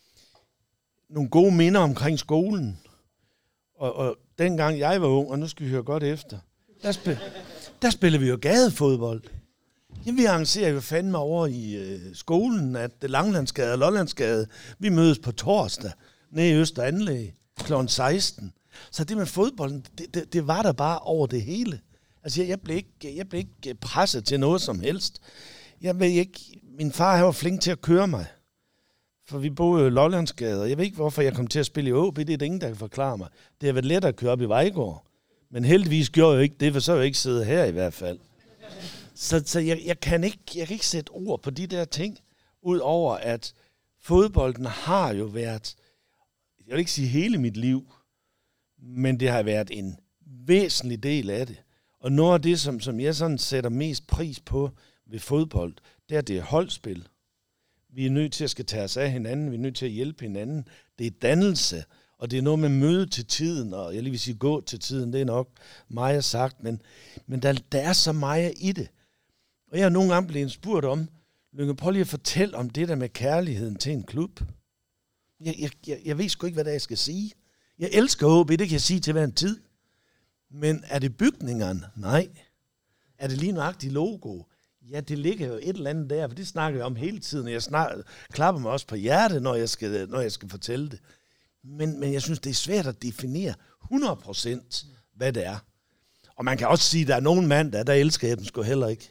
nogle gode minder omkring skolen. Og, og dengang jeg var ung, og nu skal vi høre godt efter, der, spil, der spillede vi jo gadefodbold. Jamen, vi arrangerer jo fandme over i øh, skolen, at Langlandsgade og Lollandsgade, vi mødes på torsdag nede i Øster Anlæg klokken seksten. Så det med fodbolden, det, det, det var der bare over det hele. Altså, jeg, jeg, blev ikke, jeg blev ikke presset til noget som helst. Jeg ved ikke, min far han var flink til at køre mig, for vi boede i Lollandsgade, og jeg ved ikke, hvorfor jeg kom til at spille i O B, det er der ingen, der kan forklare mig. Det har været let at køre op i Vejgaard, men heldigvis gjorde jeg ikke det, for så har jeg ikke siddet her i hvert fald. Så, så jeg, jeg, kan ikke, jeg kan ikke sætte ord på de der ting, ud over at fodbolden har jo været, jeg vil ikke sige hele mit liv, men det har været en væsentlig del af det. Og noget af det, som, som jeg sådan sætter mest pris på ved fodbold, det er, det er holdspil. Vi er nødt til at skal tage os af hinanden, vi er nødt til at hjælpe hinanden. Det er dannelse, og det er noget med møde til tiden, og jeg lige vil sige gå til tiden, det er nok meget sagt, men, men der, der er så meget i det. Og jeg har nogle gange blevet spurgt om, Lynge, prøv lige at fortælle om det der med kærligheden til en klub. Jeg, jeg, jeg, jeg ved sgu ikke, hvad det er, jeg skal sige. Jeg elsker O B, det kan jeg sige til hver en tid. Men er det bygningerne? Nej. Er det lige nøjagtigt logo? Ja, det ligger jo et eller andet der, for det snakker jeg om hele tiden. Jeg snakker, klapper mig også på hjertet, når jeg skal, når jeg skal fortælle det. Men, men jeg synes, det er svært at definere hundrede procent, hvad det er. Og man kan også sige, at der er nogen mand, der, der elsker jeg dem sgu heller ikke.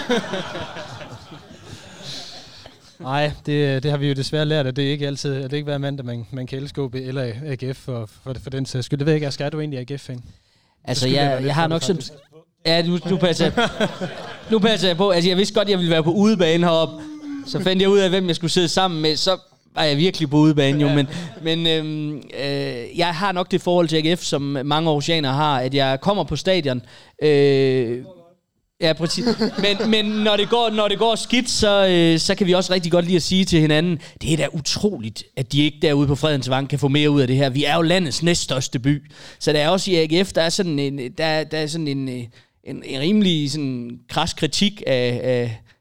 Nej, det, det har vi jo desværre lært, at det ikke altid, at det ikke hver mand, der man, man kan elske O B eller A G F for, for, for den sags skyld. Det ved jeg ikke, Asger, er du egentlig A G F-fan? Altså, jeg, jeg har nok sådan... Ja, nu, nu passer jeg, nu passer jeg på. Altså, jeg vidste godt, at jeg ville være på udebane heroppe. Så fandt jeg ud af, hvem jeg skulle sidde sammen med. Så var jeg virkelig på udebane, jo. Men, men øhm, øh, jeg har nok det forhold til A G F, som mange oceaner har, at jeg kommer på stadion... Øh, Ja, præcis. Men, men når, det går, når det går skidt, så, øh, så kan vi også rigtig godt lide at sige til hinanden, det er da utroligt, at de ikke derude på Fredensvang kan få mere ud af det her. Vi er jo landets næststørste by. Så der er også i A G F, der er sådan en, der, der er sådan en, en, en rimelig sådan kras kritik af, af,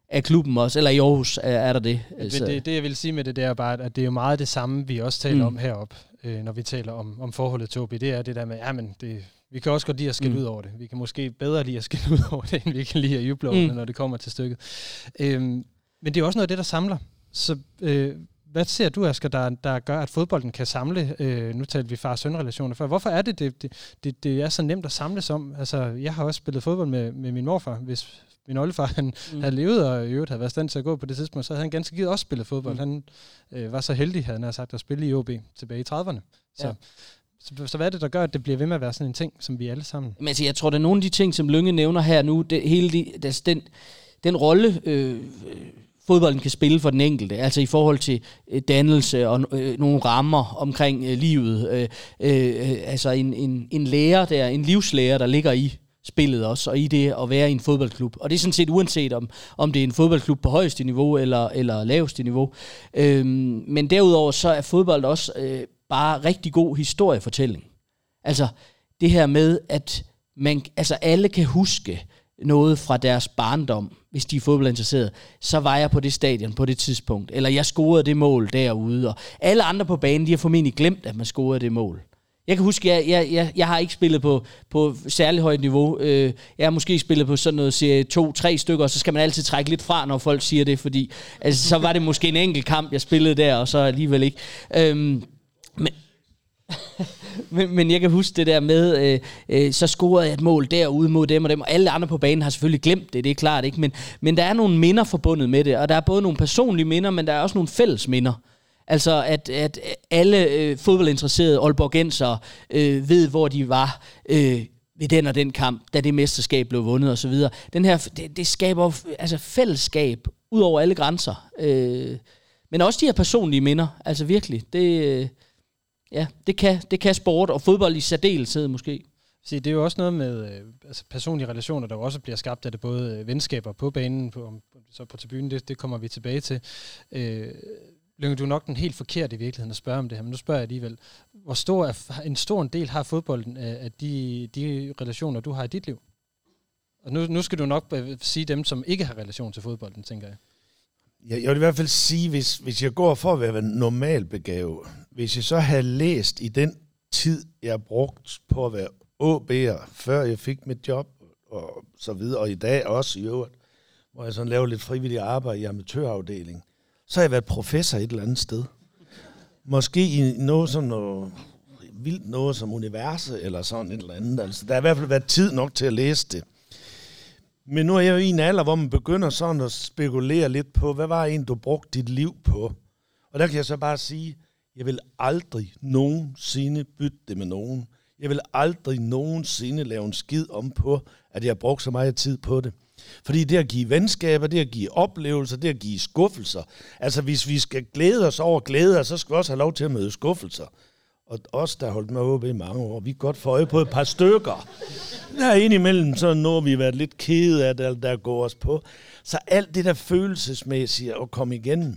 af klubben også, eller i Aarhus er, er der det. Men det, det jeg vil sige med det, det er bare, at det er jo meget det samme, vi også taler mm. om heroppe, øh, når vi taler om, om forholdet til O B. Det er det der med, ja, men det, vi kan også godt lide at skille mm. ud over det. Vi kan måske bedre lide at skille ud over det, end vi kan lide at juble over mm. det, når det kommer til stykket. Øhm, men det er også noget af det, der samler. Så øh, hvad ser du, Asger, der, der gør, at fodbolden kan samle? Øh, nu talte vi far-søn-relationer før. Hvorfor er det det, det, det, det er så nemt at samles om? Altså, jeg har også spillet fodbold med, med min morfar. Hvis min oldefar han mm. havde levet og i øvrigt havde været stand til at gå på det tidspunkt, så havde han ganske givet også spillet fodbold. Mm. Han øh, var så heldig, havde han sagt, at spille i O B tilbage i trediverne. Så, ja. så, så, så hvad er det, der gør, at det bliver ved med at være sådan en ting, som vi alle sammen... Men altså, jeg tror, det er nogle af de ting, som Lynge nævner her nu, det, hele de, altså, den, den rolle... Øh, fodbolden kan spille for den enkelte, altså i forhold til øh, dannelse og øh, nogle rammer omkring øh, livet. Øh, øh, altså en, en, en lærer der, en livslærer, der ligger i spillet også, og i det at være i en fodboldklub. Og det er sådan set uanset om, om det er en fodboldklub på højeste niveau eller, eller laveste niveau. Øh, men derudover så er fodbold også øh, bare rigtig god historiefortælling. Altså det her med, at man, altså alle kan huske noget fra deres barndom, hvis de er fodboldinteresserede, så var jeg på det stadion på det tidspunkt, eller jeg scorede det mål derude, og alle andre på banen, de har formentlig glemt, at man scorede det mål. Jeg kan huske, jeg, jeg, jeg, jeg har ikke spillet på, på særlig højt niveau. Jeg har måske spillet på sådan noget serie to tre stykker, og så skal man altid trække lidt fra, når folk siger det, fordi altså, så var det måske en enkelt kamp, jeg spillede der, og så alligevel ikke. Øhm, men men, men jeg kan huske det der med, øh, øh, så scorede jeg et mål derude mod dem og dem, og alle andre på banen har selvfølgelig glemt det, det er klart ikke, men, men der er nogle minder forbundet med det, og der er både nogle personlige minder, men der er også nogle fælles minder. Altså at, at alle øh, fodboldinteresserede aalborgensere øh, ved, hvor de var øh, ved den og den kamp, da det mesterskab blev vundet osv. Den her, det, det skaber altså fællesskab ud over alle grænser. Øh, men også de her personlige minder, altså virkelig, det... Øh, Ja, det kan, det kan sport, og fodbold i særdeleshed måske. Så det er jo også noget med øh, altså personlige relationer, der også bliver skabt af det, både øh, venskaber på banen, på, så på tribunen, det, det kommer vi tilbage til. Øh, Lynge, du er nok den helt forkerte i virkeligheden at spørge om det her, men nu spørger jeg alligevel. Hvor stor er, en stor del har fodbolden af, af de, de relationer, du har i dit liv? Og nu, nu skal du nok sige dem, som ikke har relation til fodbolden, tænker jeg. Jeg, jeg vil i hvert fald sige, hvis, hvis jeg går for at være normal begavet, hvis jeg så havde læst i den tid, jeg brugt på at være O B'er, før jeg fik mit job, og så videre, og i dag også i øvrigt, hvor jeg sådan laver lidt frivilligt arbejde i amatørafdeling, så har jeg været professor et eller andet sted. Måske i noget sådan noget vildt noget som universet, eller sådan et eller andet. Altså, der har i hvert fald været tid nok til at læse det. Men nu er jeg jo i en alder, hvor man begynder sådan at spekulere lidt på, hvad var en, du brugte dit liv på? Og der kan jeg så bare sige, jeg vil aldrig nogensinde bytte det med nogen. Jeg vil aldrig nogensinde lave en skid om på, at jeg har brugt så meget tid på det. Fordi det at give venskaber, det at give oplevelser, det at give skuffelser. Altså hvis vi skal glæde os over glæder, så skal vi også have lov til at møde skuffelser. Og os, der har holdt med O B i mange år, vi kan godt få øje på et par stykker. Der er indimellem sådan noget, vi har været lidt kede af, der, der går os på. Så alt det der følelsesmæssigt at komme igennem.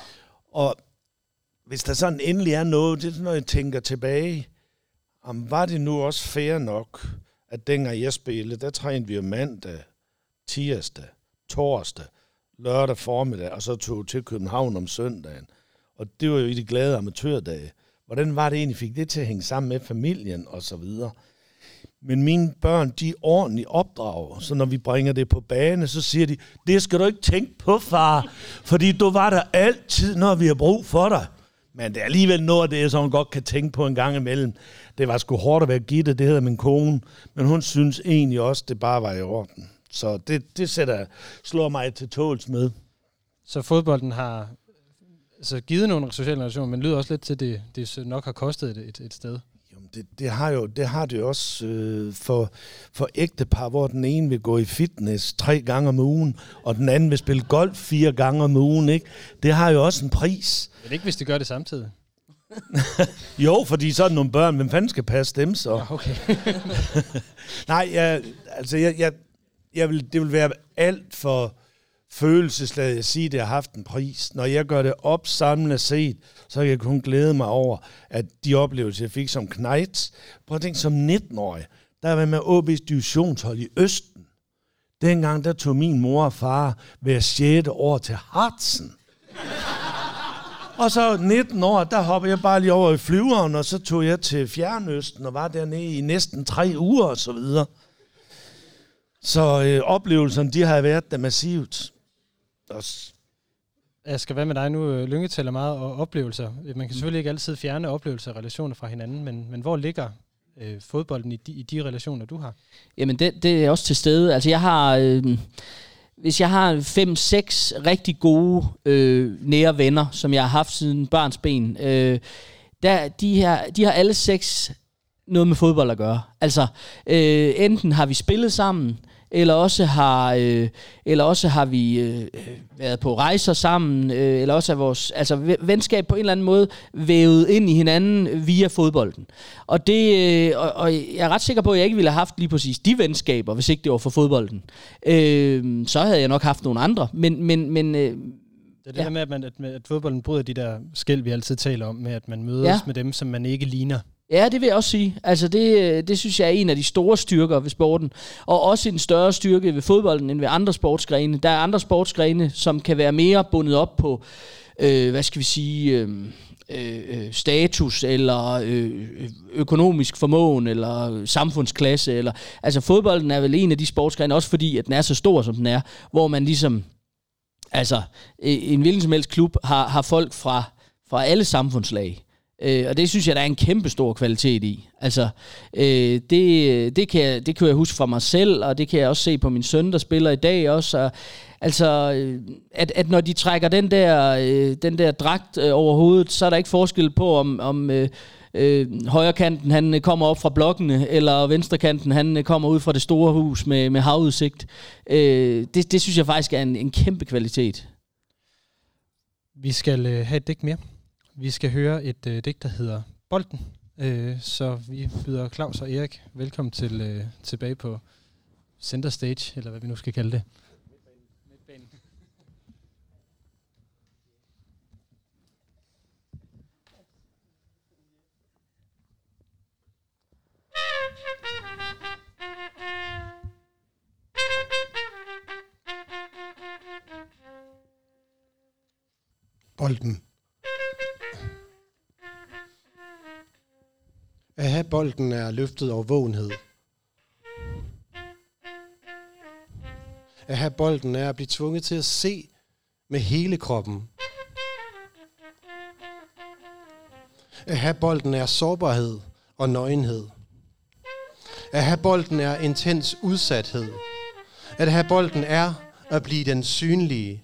Og hvis der sådan endelig er noget, det er når jeg tænker tilbage, om var det nu også fair nok, at dengang jeg spillede, der trænede vi jo mandag, tirsdag, torsdag, lørdag formiddag, og så tog til København om søndagen. Og det var jo i de glade amatørdage. Hvordan var det egentlig, fik det til at hænge sammen med familien og så videre. Men mine børn, de er ordentligt opdraget, så når vi bringer det på bane, så siger de, det skal du ikke tænke på, far, fordi du var der altid, når vi har brug for dig. Men det er alligevel noget af det, som man godt kan tænke på en gang imellem. Det var sgu hårdt at være Gitte, det hedder min kone, men hun synes egentlig også, det bare var i orden. Så det, det sætter, slår mig til tåls med. Så fodbolden har altså, givet nogle sociale relationer, men lyder også lidt til, det, det nok har kostet et, et, et sted. Jamen det, det, har jo, det har det jo også øh, for, for ægtepar, hvor den ene vil gå i fitness tre gange om ugen, og den anden vil spille golf fire gange om ugen. Ikke? Det har jo også en pris. Men ikke, hvis de gør det samtidig. Jo, fordi så er der nogle børn, hvem fanden skal passe dem så? Ja, okay. Nej, jeg, altså jeg, jeg, jeg vil, det vil være alt for følelsesladet at sige, at det har haft en pris. Når jeg gør det op samlet set, så kan jeg kun glæde mig over, at de oplevelser, jeg fik som knejt, prøv at tænke som nitten-årig, der var med O B's divisionshold i Østen. Dengang, der tog min mor og far hver sjette år til Harzen. Og så nitten år, der hoppede jeg bare lige over i flyveren, og så tog jeg til Fjernøsten og var dernede i næsten tre uger og så videre. Så øh, oplevelserne, de har været der massivt. Også. Jeg skal være med dig nu. Lynge tæller meget og oplevelser. Man kan selvfølgelig ikke altid fjerne oplevelser og relationer fra hinanden, men, men hvor ligger øh, fodbolden i de, i de relationer, du har? Jamen, det, det er også til stede. Altså, jeg har... Øh, hvis jeg har fem, seks rigtig gode øh, nære venner, som jeg har haft siden barns ben, øh, der, de, her, de har alle seks noget med fodbold at gøre. Altså, øh, enten har vi spillet sammen, eller også har, øh, eller også har vi øh, været på rejser sammen, øh, eller også er vores altså, venskab på en eller anden måde vævet ind i hinanden via fodbolden. Og, det, øh, og, og jeg er ret sikker på, at jeg ikke ville have haft lige præcis de venskaber, hvis ikke det var for fodbolden. Øh, så havde jeg nok haft nogle andre. Men, men, men øh, det er det ja. her med, at, man, at, at fodbolden bryder de der skel, vi altid taler om, med at man mødes ja. med dem, som man ikke ligner. Ja, det vil jeg også sige. Altså det, det synes jeg er en af de store styrker ved sporten. Og også en større styrke ved fodbolden end ved andre sportsgrene. Der er andre sportsgrene, som kan være mere bundet op på, øh, hvad skal vi sige, øh, øh, status, eller øh, økonomisk formåen, eller samfundsklasse. Eller, altså fodbolden er vel en af de sportsgrene, også fordi at den er så stor, som den er, hvor man ligesom, altså en hvilken som helst klub har, har folk fra, fra alle samfundslag. Øh, og det synes jeg, der er en kæmpe stor kvalitet i. Altså, øh, det, det, kan jeg, det kan jeg huske fra mig selv, og det kan jeg også se på min søn, der spiller i dag også. Og, altså, at, at når de trækker den der, øh, den der dragt øh, over hovedet, så er der ikke forskel på, om, om øh, øh, højrekanten han kommer op fra blokkene, eller venstrekanten han kommer ud fra det store hus med, med havudsigt. Øh, det, det synes jeg faktisk er en, en kæmpe kvalitet. Vi skal øh, have et digt mere. Vi skal høre et øh, digt, der hedder Bolden. Øh, så vi byder Claus og Erik velkommen til øh, tilbage på Center Stage, eller hvad vi nu skal kalde det. Midtbanen. Bolden. At have bolden er løftet over vågenhed. At have bolden er at blive tvunget til at se med hele kroppen. At have bolden er sårbarhed og nøgenhed. At have bolden er intens udsathed. At have bolden er at blive den synlige.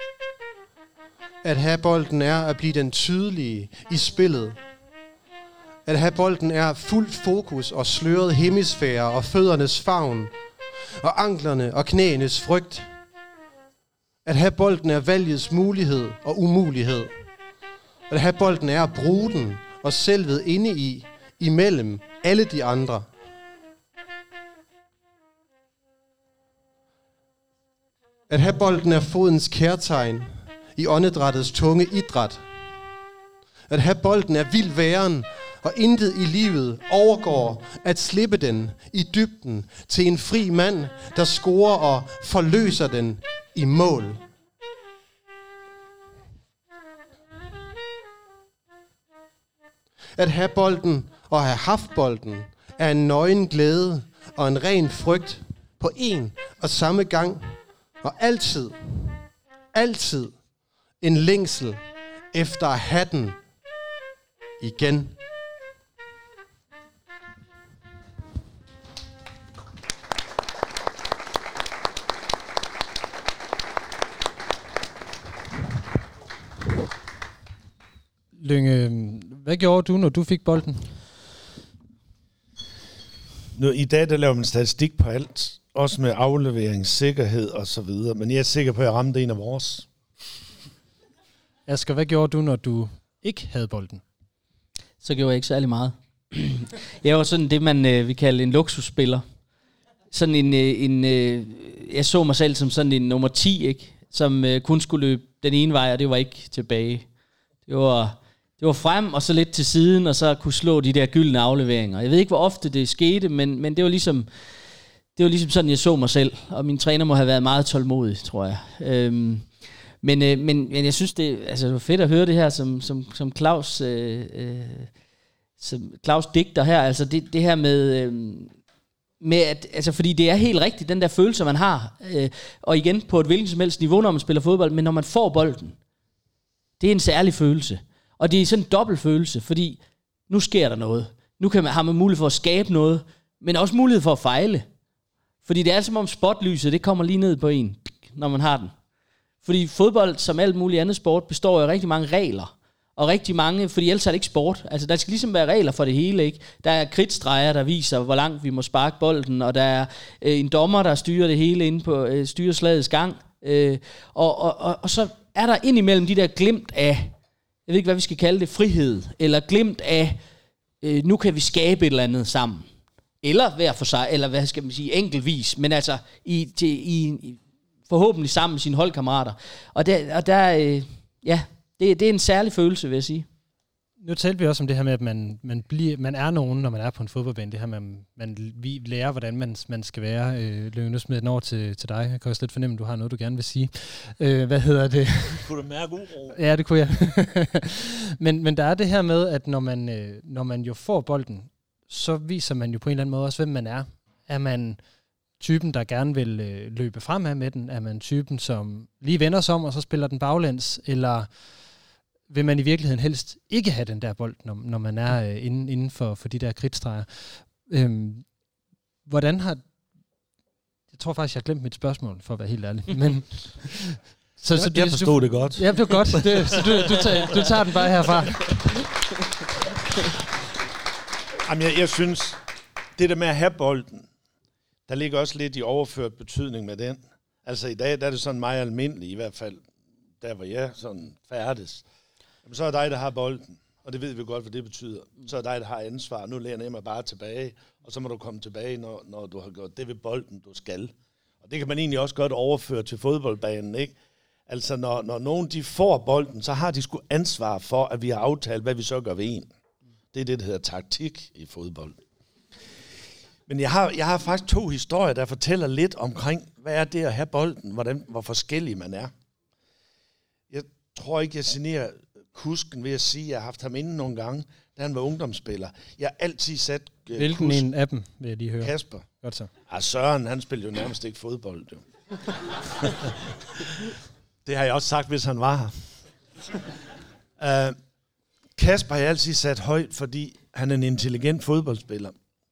At have bolden er at blive den tydelige i spillet. At have bolden er fuld fokus og sløret hemisfære og føddernes favn og anklerne og knæenes frygt. At have bolden er valgets mulighed og umulighed. At have bolden er at bruge den og selvet inde i, imellem alle de andre. At have bolden er fodens kærtegn i åndedrættets tunge idræt. At have bolden er vild væren, og intet i livet overgår at slippe den i dybden til en fri mand, der scorer og forløser den i mål. At have bolden og have haft bolden er en nøgen glæde og en ren frygt på en og samme gang, og altid, altid en længsel efter at have den igen. Lynge, hvad gjorde du, når du fik bolden? Nu, i dag der laver man statistik på alt. Også med aflevering, sikkerhed og så videre. Men jeg er sikker på, at jeg ramte en af vores. Asger, hvad gjorde du, når du ikke havde bolden? Så gjorde jeg ikke særlig meget. Jeg var sådan det, man øh, vil kalde en luksusspiller. Sådan en, øh, en øh, jeg så mig selv som sådan en nummer ti, ikke? Som øh, kun skulle løbe den ene vej, og det var ikke tilbage. Det var, det var frem og så lidt til siden, og så kunne slå de der gyldne afleveringer. Jeg ved ikke, hvor ofte det skete, men, men det var ligesom... det var ligesom sådan, jeg så mig selv, og min træner må have været meget tålmodig, tror jeg. Øhm, men, øh, men, men jeg synes, det, altså, det var fedt at høre det her, som, som, som Claus, øh, øh, som Claus digter her, altså det, det her med... Øh, med at, altså fordi det er helt rigtigt, den der følelse, man har, øh, og igen på et hvilket som helst niveau, når man spiller fodbold, men når man får bolden, det er en særlig følelse. Og det er sådan en dobbelt følelse, fordi nu sker der noget. Nu kan man, har man mulighed for at skabe noget, men også mulighed for at fejle. Fordi det er som om spotlyset, det kommer lige ned på en, når man har den. Fordi fodbold, som alt muligt andet sport, består af rigtig mange regler. Og rigtig mange, fordi ellers er det ikke sport. Altså, der skal ligesom være regler for det hele, ikke? Der er kridtstreger, der viser, hvor langt vi må sparke bolden, og der er øh, en dommer, der styrer det hele inde på øh, styrer slagets gang. Øh, og, og, og, og så er der indimellem de der glimt af, jeg ved ikke, hvad vi skal kalde det, frihed, eller glimt af, øh, nu kan vi skabe et eller andet sammen. Eller hver for sig, eller hvad skal man sige, enkeltvis, men altså i, til, i, i forhåbentlig sammen med sine holdkammerater. Og der, og der øh, ja... Det, det er en særlig følelse, vil jeg sige. Nu talte vi også om det her med, at man, man, bliver, man er nogen, når man er på en fodboldbane. Det her med, man vi lærer, hvordan man, man skal være. Øh, Lønge, nu smider den over til, til dig. Jeg kan også lidt fornemme, at du har noget, du gerne vil sige. Øh, hvad hedder det? Kunne du mærke uro? Ja, det kunne jeg. men, men der er det her med, at når man, øh, når man jo får bolden, så viser man jo på en eller anden måde også, hvem man er. Er man typen, der gerne vil øh, løbe fremad med den? Er man typen, som lige vender sig om, og så spiller den baglæns? Eller vil man i virkeligheden helst ikke have den der bold, når, når man er øh, inden, inden for, for de der kridtstreger? Øhm, hvordan har... Jeg tror faktisk, jeg har glemt mit spørgsmål, for at være helt ærlig. Men, så, så, jeg forstod du, det godt. Ja, det var godt. Det, så du, du, tager, du tager den bare herfra. Jamen, jeg, jeg synes, det der med at have bolden, der ligger også lidt i overført betydning med den. Altså i dag, der er det sådan meget almindeligt, i hvert fald der, hvor jeg sådan færdes. Jamen, så er dig, der har bolden, og det ved vi godt, hvad det betyder. Så er dig, der har ansvar. Nu læner jeg mig bare tilbage, og så må du komme tilbage, når, når du har gjort det ved bolden, du skal. Og det kan man egentlig også godt overføre til fodboldbanen, ikke? Altså, når, når nogen de får bolden, så har de sgu ansvar for, at vi har aftalt, hvad vi så gør ved en. Det er det, der hedder taktik i fodbold. Men jeg har, jeg har faktisk to historier, der fortæller lidt omkring, hvad er det at have bolden, hvordan, hvor forskellig man er. Jeg tror ikke, jeg generer Kusken ved at sige, at jeg har haft ham inde nogle gange, da han var ungdomsspiller. Jeg har altid sat... Uh, Hvilken en af dem vil jeg lige høre? Kasper. Godt så. Ah, Søren, han spillede jo nærmest ikke fodbold. Jo. Det har jeg også sagt, hvis han var her. Uh, Kasper har jeg altid sat højt, fordi han er en intelligent fodboldspiller.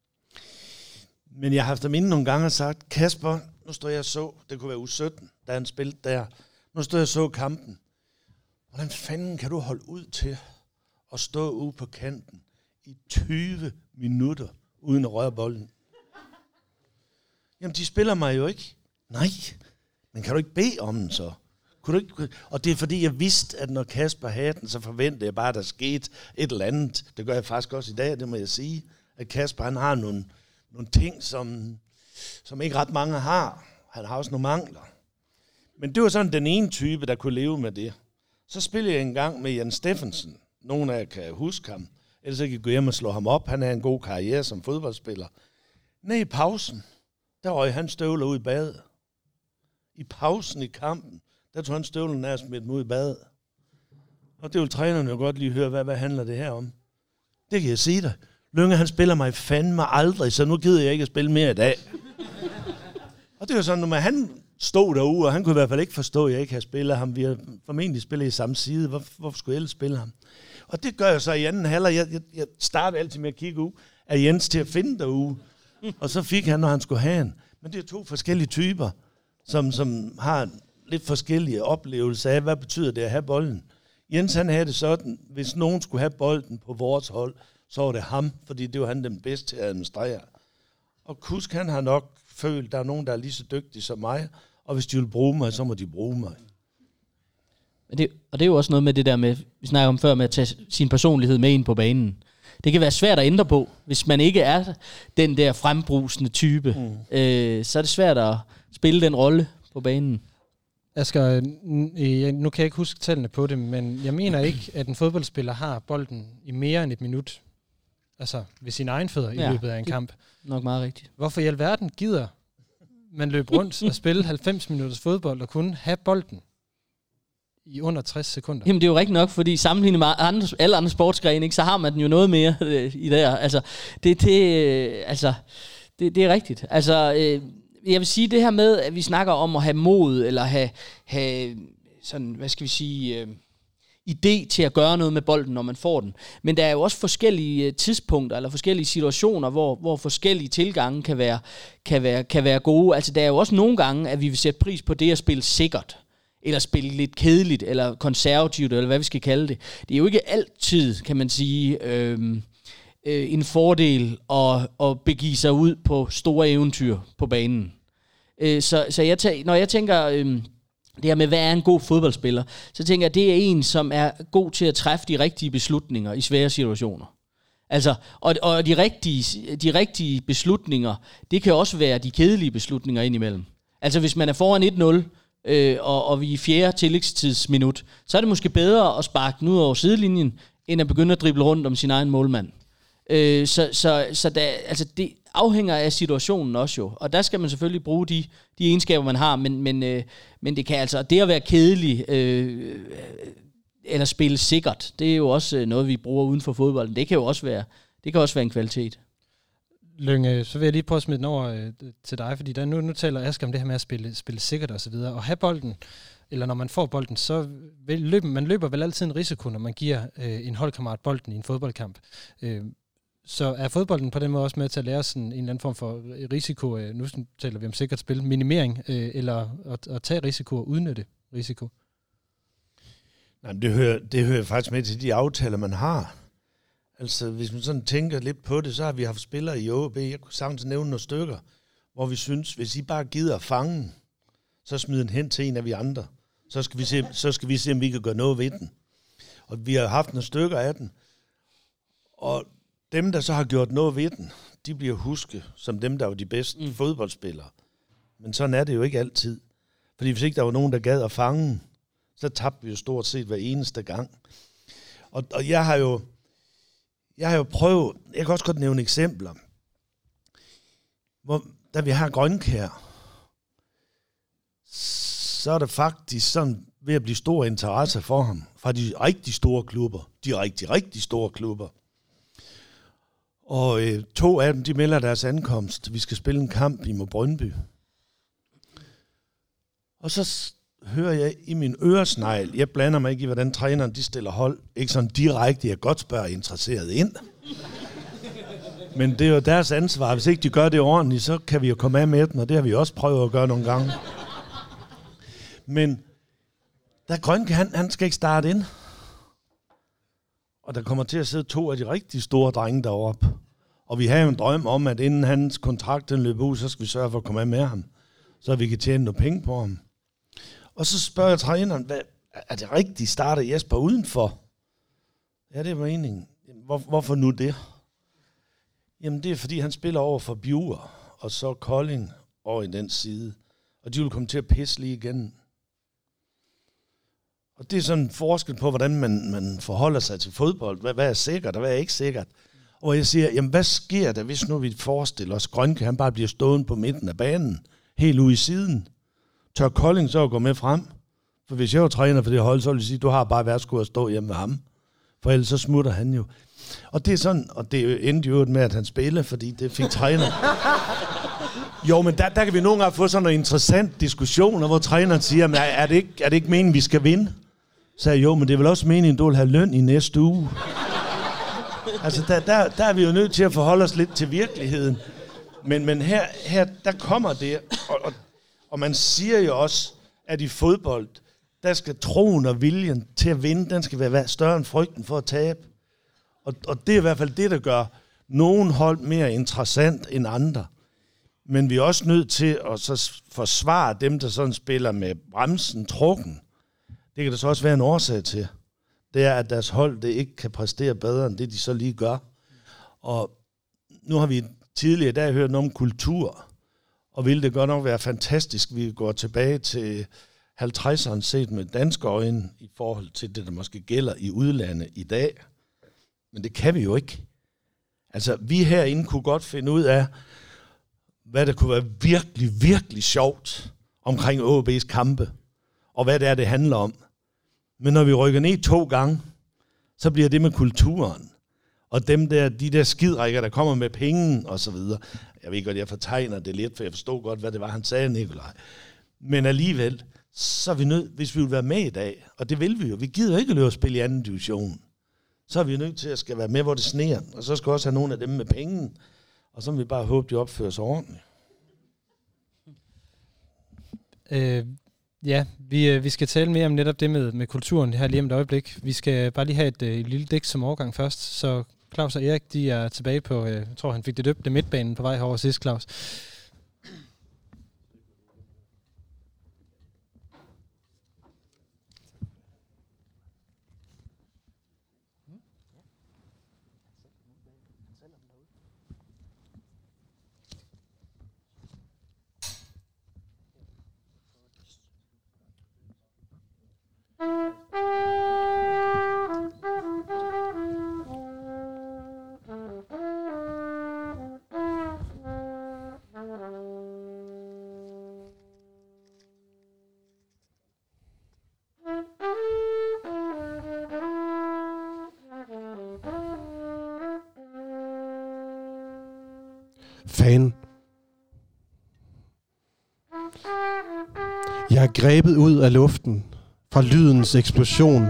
Men jeg har haft ham inde nogle gange og sagt, Kasper, nu står jeg og så, det kunne være uge sytten, da han spillede der. Nu står jeg og så kampen. Hvordan fanden kan du holde ud til at stå ude på kanten i tyve minutter uden at røre bolden? Jamen, de spiller mig jo ikke. Nej, men kan du ikke bede om den så? Kunne du ikke? Og det er fordi, jeg vidste, at når Kasper havde den, så forventede jeg bare, at der skete et eller andet. Det gør jeg faktisk også i dag, det må jeg sige. At Kasper, han har nogle, nogle ting, som, som ikke ret mange har. Han har også nogle mangler. Men det var sådan den ene type, der kunne leve med det. Så spillede jeg en gang med Jens Steffensen. Nogle af jer kan huske ham. Ellers kan I gå hjem og slå ham op. Han havde en god karriere som fodboldspiller. Nede i pausen, der røg han støvler ud i badet. I pausen i kampen, der tog han støvlen af og smidt dem ud i badet. Og det vil trænerne jo godt lige høre, hvad, hvad handler det her om. Det kan jeg sige dig. Lønge, han spiller mig fandme aldrig, så nu gider jeg ikke at spille mere i dag. Og det var sådan, når han stod derude, og han kunne i hvert fald ikke forstå, at jeg ikke havde spillet ham. Vi har formentlig spillet i samme side. Hvor, hvorfor skulle jeg ellers spille ham? Og det gør jeg så i anden halvleg. Jeg, jeg, jeg starter altid med at kigge ud af Jens til at finde derude. Og så fik han, når han skulle have en. Men det er to forskellige typer, som, som har lidt forskellige oplevelser af, hvad betyder det at have bolden. Jens, han havde det sådan, hvis nogen skulle have bolden på vores hold, så var det ham, fordi det var han den bedste til at administrere. Og Kusk, han har nok følt, at der er nogen, der er lige så dygtige som mig, og hvis de vil bruge mig, så må de bruge mig. Men det, og det er jo også noget med det der med, vi snakker om før, med at tage sin personlighed med ind på banen. Det kan være svært at ændre på, hvis man ikke er den der frembrusende type. Mm. Øh, så er det svært at spille den rolle på banen. Asger, nu kan jeg ikke huske tallene på det, men jeg mener ikke, at en fodboldspiller har bolden i mere end et minut. Altså ved sine egen fødder i ja, løbet af en kamp. Nok meget rigtigt. Hvorfor i alverden gider man løb rundt og spille halvfems minutters fodbold og kunne have bolden i under tres sekunder. Jamen det er jo rigtigt nok, fordi sammenlignet med andre, alle andre sportsgrene, ikke, så har man den jo noget mere øh, i der. Altså, det, det, øh, altså, det, det er rigtigt. Altså, øh, jeg vil sige det her med, at vi snakker om at have mod, eller have, have sådan, hvad skal vi sige, øh, idé til at gøre noget med bolden, når man får den. Men der er jo også forskellige tidspunkter, eller forskellige situationer, hvor, hvor forskellige tilgange kan være, kan, være, kan være gode. Altså der er jo også nogle gange, at vi vil sætte pris på det at spille sikkert, eller spille lidt kedeligt, eller konservativt, eller hvad vi skal kalde det. Det er jo ikke altid, kan man sige, øh, øh, en fordel at, at begive sig ud på store eventyr på banen. Øh, så så jeg tæ- når jeg tænker... Øh, det her med, hvad er en god fodboldspiller, så tænker jeg, det er en, som er god til at træffe de rigtige beslutninger i svære situationer. Altså, og, og de, rigtige, de rigtige beslutninger, det kan også være de kedelige beslutninger indimellem. Altså, hvis man er foran et nul, øh, og, og vi er i fjerde tillægstidsminut, så er det måske bedre at sparke den ud over sidelinjen, end at begynde at drible rundt om sin egen målmand. Øh, så så, så der, altså det afhænger af situationen også jo, og der skal man selvfølgelig bruge de, de egenskaber, man har, men, men, øh, men det kan altså, det at være kedelig øh, eller spille sikkert, det er jo også noget, vi bruger uden for fodbolden. Det kan jo også være, det kan også være en kvalitet. Lønge, så vil jeg lige prøve at smide den over øh, til dig, fordi der, nu, nu taler Asger om det her med at spille, spille sikkert og så videre, og have bolden, eller når man får bolden, så vil løbe, man løber vel altid en risiko, når man giver øh, en holdkammerat bolden i en fodboldkamp. Øh, Så er fodbolden på den måde også med til at lære sådan en eller anden form for risiko, øh, nu taler vi om sikkert spil, minimering, øh, eller at, at tage risiko og udnytte risiko? Nej, det hører, det hører faktisk med til de aftaler, man har. Altså, hvis man sådan tænker lidt på det, så har vi haft spillere i O B, jeg kunne sagtens nævne nogle stykker, hvor vi synes, hvis I bare gider fange, så smid den hen til en af vi andre. Så skal vi se, så skal vi se, om vi kan gøre noget ved den. Og vi har haft nogle stykker af den. Og dem, der så har gjort noget ved den, de bliver husket som dem, der var de bedste mm. fodboldspillere. Men sådan er det jo ikke altid. Fordi hvis ikke der var nogen, der gad at fange, så tabte vi jo stort set hver eneste gang. Og, og jeg har jo jeg har jo prøvet, jeg kan også godt nævne eksempler, hvor da vi har Grønkjær, så er det faktisk sådan ved at blive stor interesse for ham, fra de rigtig store klubber, de rigtig, rigtig store klubber. Og øh, to af dem, de melder deres ankomst. Vi skal spille en kamp imod Brøndby. Og så s- hører jeg i min øresnegl, jeg blander mig ikke i, hvordan træneren de stiller hold. Ikke sådan direkte, jeg godt spørger interesseret ind. Men det er jo deres ansvar. Hvis ikke de gør det ordentligt, så kan vi jo komme af med dem, og det har vi også prøvet at gøre nogle gange. Men der Grønke, han, han skal ikke starte ind. Og der kommer til at sidde to af de rigtig store drenge deroppe. Og vi har jo en drøm om, at inden hans kontrakt den løber ud, så skal vi sørge for at komme af med ham. Så vi kan tjene noget penge på ham. Og så spørger jeg træneren, hvad, er det rigtigt, starter Jesper udenfor? Ja, det er meningen. Hvor, hvorfor nu det? Jamen det er fordi, han spiller over for Bjur, og så Kolding over i den side. Og de vil komme til at pisse lige igen. Og det er sådan en forskel på, hvordan man, man forholder sig til fodbold. Hvad, hvad er sikkert, og hvad er ikke sikkert? Og jeg siger, jamen hvad sker der, hvis nu vi forestiller os, Grønke han bare bliver stående på midten af banen, helt ude i siden? Tør Kolding så gå med frem? For hvis jeg var træner for det hold, så ville jeg sige, du har bare værskud at stå hjemme med ham. For ellers så smutter han jo. Og det er sådan, og det endte jo med, at han spiller, fordi det fik træner. Jo, men der, der kan vi nogle gange få sådan nogle interessante diskussioner, hvor træneren siger, men er, er, det ikke, er det ikke meningen, vi skal vinde? Så jeg, jo, men det er vel også meningen, du vil have løn i næste uge. Altså, der, der, der er vi jo nødt til at forholde os lidt til virkeligheden. Men, men her, her, der kommer det, og, og, og man siger jo også, at i fodbold, der skal troen og viljen til at vinde, den skal være større end frygten for at tabe. Og, og det er i hvert fald det, der gør nogen hold mere interessant end andre. Men vi er også nødt til at så forsvare dem, der sådan spiller med bremsen trukken. Det kan der så også være en årsag til. Det er, at deres hold det ikke kan præstere bedre, end det de så lige gør. Og nu har vi tidligere i dag hørt noget om kultur, og ville det godt nok være fantastisk, vi går tilbage til halvtredserne set med danske øjne i forhold til det, der måske gælder i udlandet i dag. Men det kan vi jo ikke. Altså, vi herinde kunne godt finde ud af, hvad der kunne være virkelig, virkelig sjovt omkring O B's kampe, og hvad det er, det handler om. Men når vi rykker ned to gange, så bliver det med kulturen. Og dem der, de der skidrækker, der kommer med penge og så videre. Jeg ved godt, jeg fortegner det lidt, for jeg forstod godt, hvad det var, han sagde, Nikolaj. Men alligevel, så er vi nødt, hvis vi vil være med i dag, og det vil vi jo, vi gider ikke løbe og spille i anden division, så er vi nødt til at skal være med, hvor det sneer, og så skal også have nogle af dem med penge, og så må vi bare håbe, de opfører sig ordentligt. Øh, ja, vi, øh, vi skal tale mere om netop det med, med kulturen her lige om et øjeblik. Vi skal bare lige have et, øh, et lille digt som overgang først, så Claus og Erik, de er tilbage på, øh, jeg tror han fik det døbt, det midtbanen på vej herover sidst, Claus. Fan. Jeg er grebet ud af luften fra lydens eksplosion.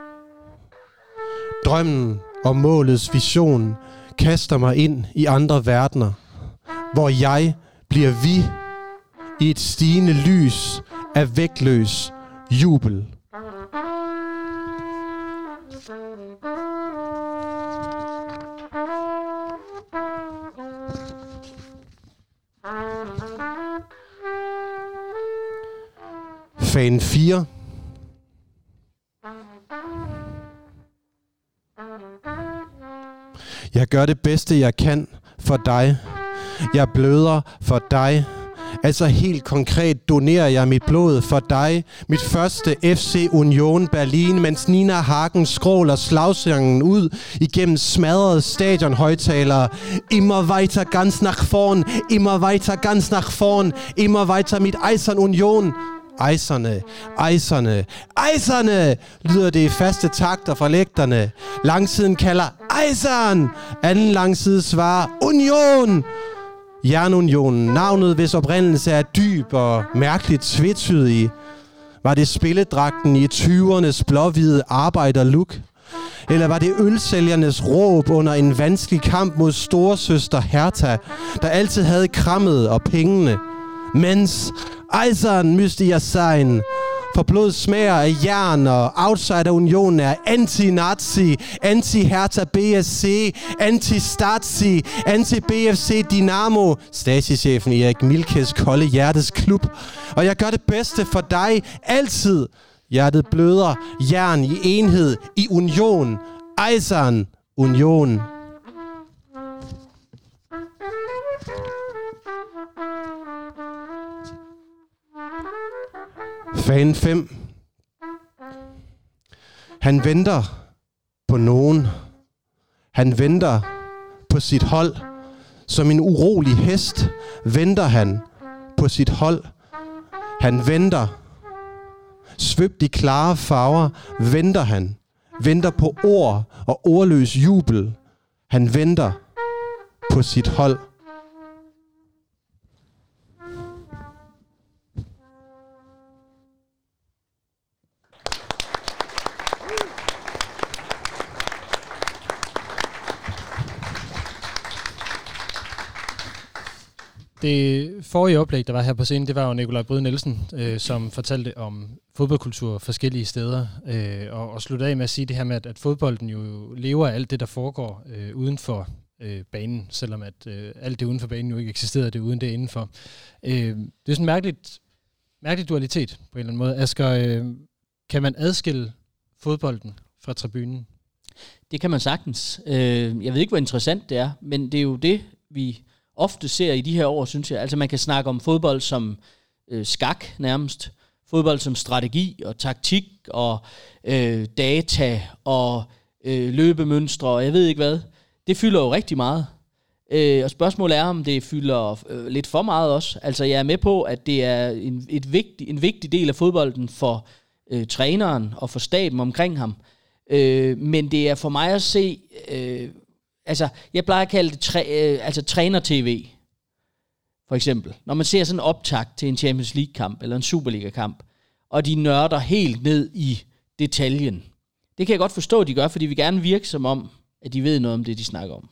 Drømmen og målets vision kaster mig ind i andre verdener, hvor jeg bliver vi i et stigende lys af vægtløs jubel. Fan fire. Jeg gør det bedste, jeg kan for dig. Jeg bløder for dig. Altså helt konkret donerer jeg mit blod for dig. Mit første F C Union Berlin, mens Nina Hagen skråler slagsangen ud igennem smadrede stadionhøjtalere. Immer weiter ganz nach vorn, immer weiter ganz nach vorn, immer weiter mit Eisern Union. Eiserne, eiserne, eiserne, lyder det i faste takter fra lægterne. Langsiden kalder Eisern, anden langside svarer Union. Jernunionen, navnet hvis oprindelse er dyb og mærkeligt tvetydig. Var det spilledragten i tyvernes blåhvide arbejderlook? Eller var det ølsælgernes råb under en vanskelig kamp mod storesøster Hertha, der altid havde krammet og pengene? Mens Eisern müsste jeg sein. For blod smager af jern, og Outsider-unionen er anti-nazi, anti-Hertha B S C, anti-Stasi, anti-B F C Dynamo, Stasi-chefen Erik Milkes kolde hjertes klub. Og jeg gør det bedste for dig altid. Hjertet bløder, jern i enhed, i union. Eisern, union. Fan fem. Han venter på nogen. Han venter på sit hold. Som en urolig hest venter han på sit hold. Han venter. Svøbt i klare farver venter han. Venter på ord og ordløs jubel. Han venter på sit hold. Det forrige oplæg, der var her på scenen, det var jo Nikolaj Bryde Nielsen, øh, som fortalte om fodboldkultur forskellige steder, øh, og, og sluttede af med at sige det her med, at, at fodbolden jo lever af alt det, der foregår øh, uden for øh, banen, selvom at øh, alt det uden for banen jo ikke eksisterede, det uden det indenfor. Øh, det er sådan en mærkeligt, mærkelig dualitet på en eller anden måde. Asger, øh, kan man adskille fodbolden fra tribunen? Det kan man sagtens. Øh, jeg ved ikke, hvor interessant det er, men det er jo det, vi ofte ser i de her år, synes jeg. Altså man kan snakke om fodbold som øh, skak nærmest. Fodbold som strategi og taktik og øh, data og øh, løbemønstre og jeg ved ikke hvad. Det fylder jo rigtig meget. Øh, og spørgsmålet er, om det fylder øh, lidt for meget også. Altså, jeg er med på, at det er en, et vigtig, en vigtig del af fodbolden for øh, træneren og for staben omkring ham. Øh, men det er for mig at se... Øh, altså, jeg plejer at kalde det træ, øh, altså, træner-tv. For eksempel. Når man ser sådan en optakt til en Champions League-kamp eller en Superliga-kamp, og de nørder helt ned i detaljen. Det kan jeg godt forstå, at de gør, fordi vi gerne virke som om, at de ved noget om det, de snakker om.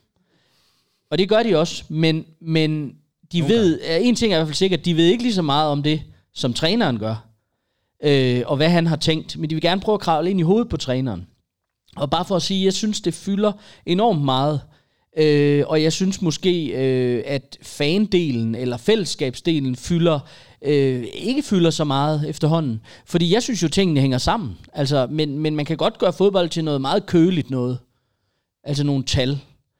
Og det gør de også, men, men de okay. ved, en ting er i hvert fald sikkert, de ved ikke lige så meget om det, som træneren gør, øh, og hvad han har tænkt, men de vil gerne prøve at kravle ind i hovedet på træneren. Og bare for at sige, jeg synes, det fylder enormt meget, øh, og jeg synes måske, øh, at fandelen eller fællesskabsdelen fylder, øh, ikke fylder så meget efterhånden, fordi jeg synes jo, tingene hænger sammen, altså, men, men man kan godt gøre fodbold til noget meget køligt noget, altså nogle tal.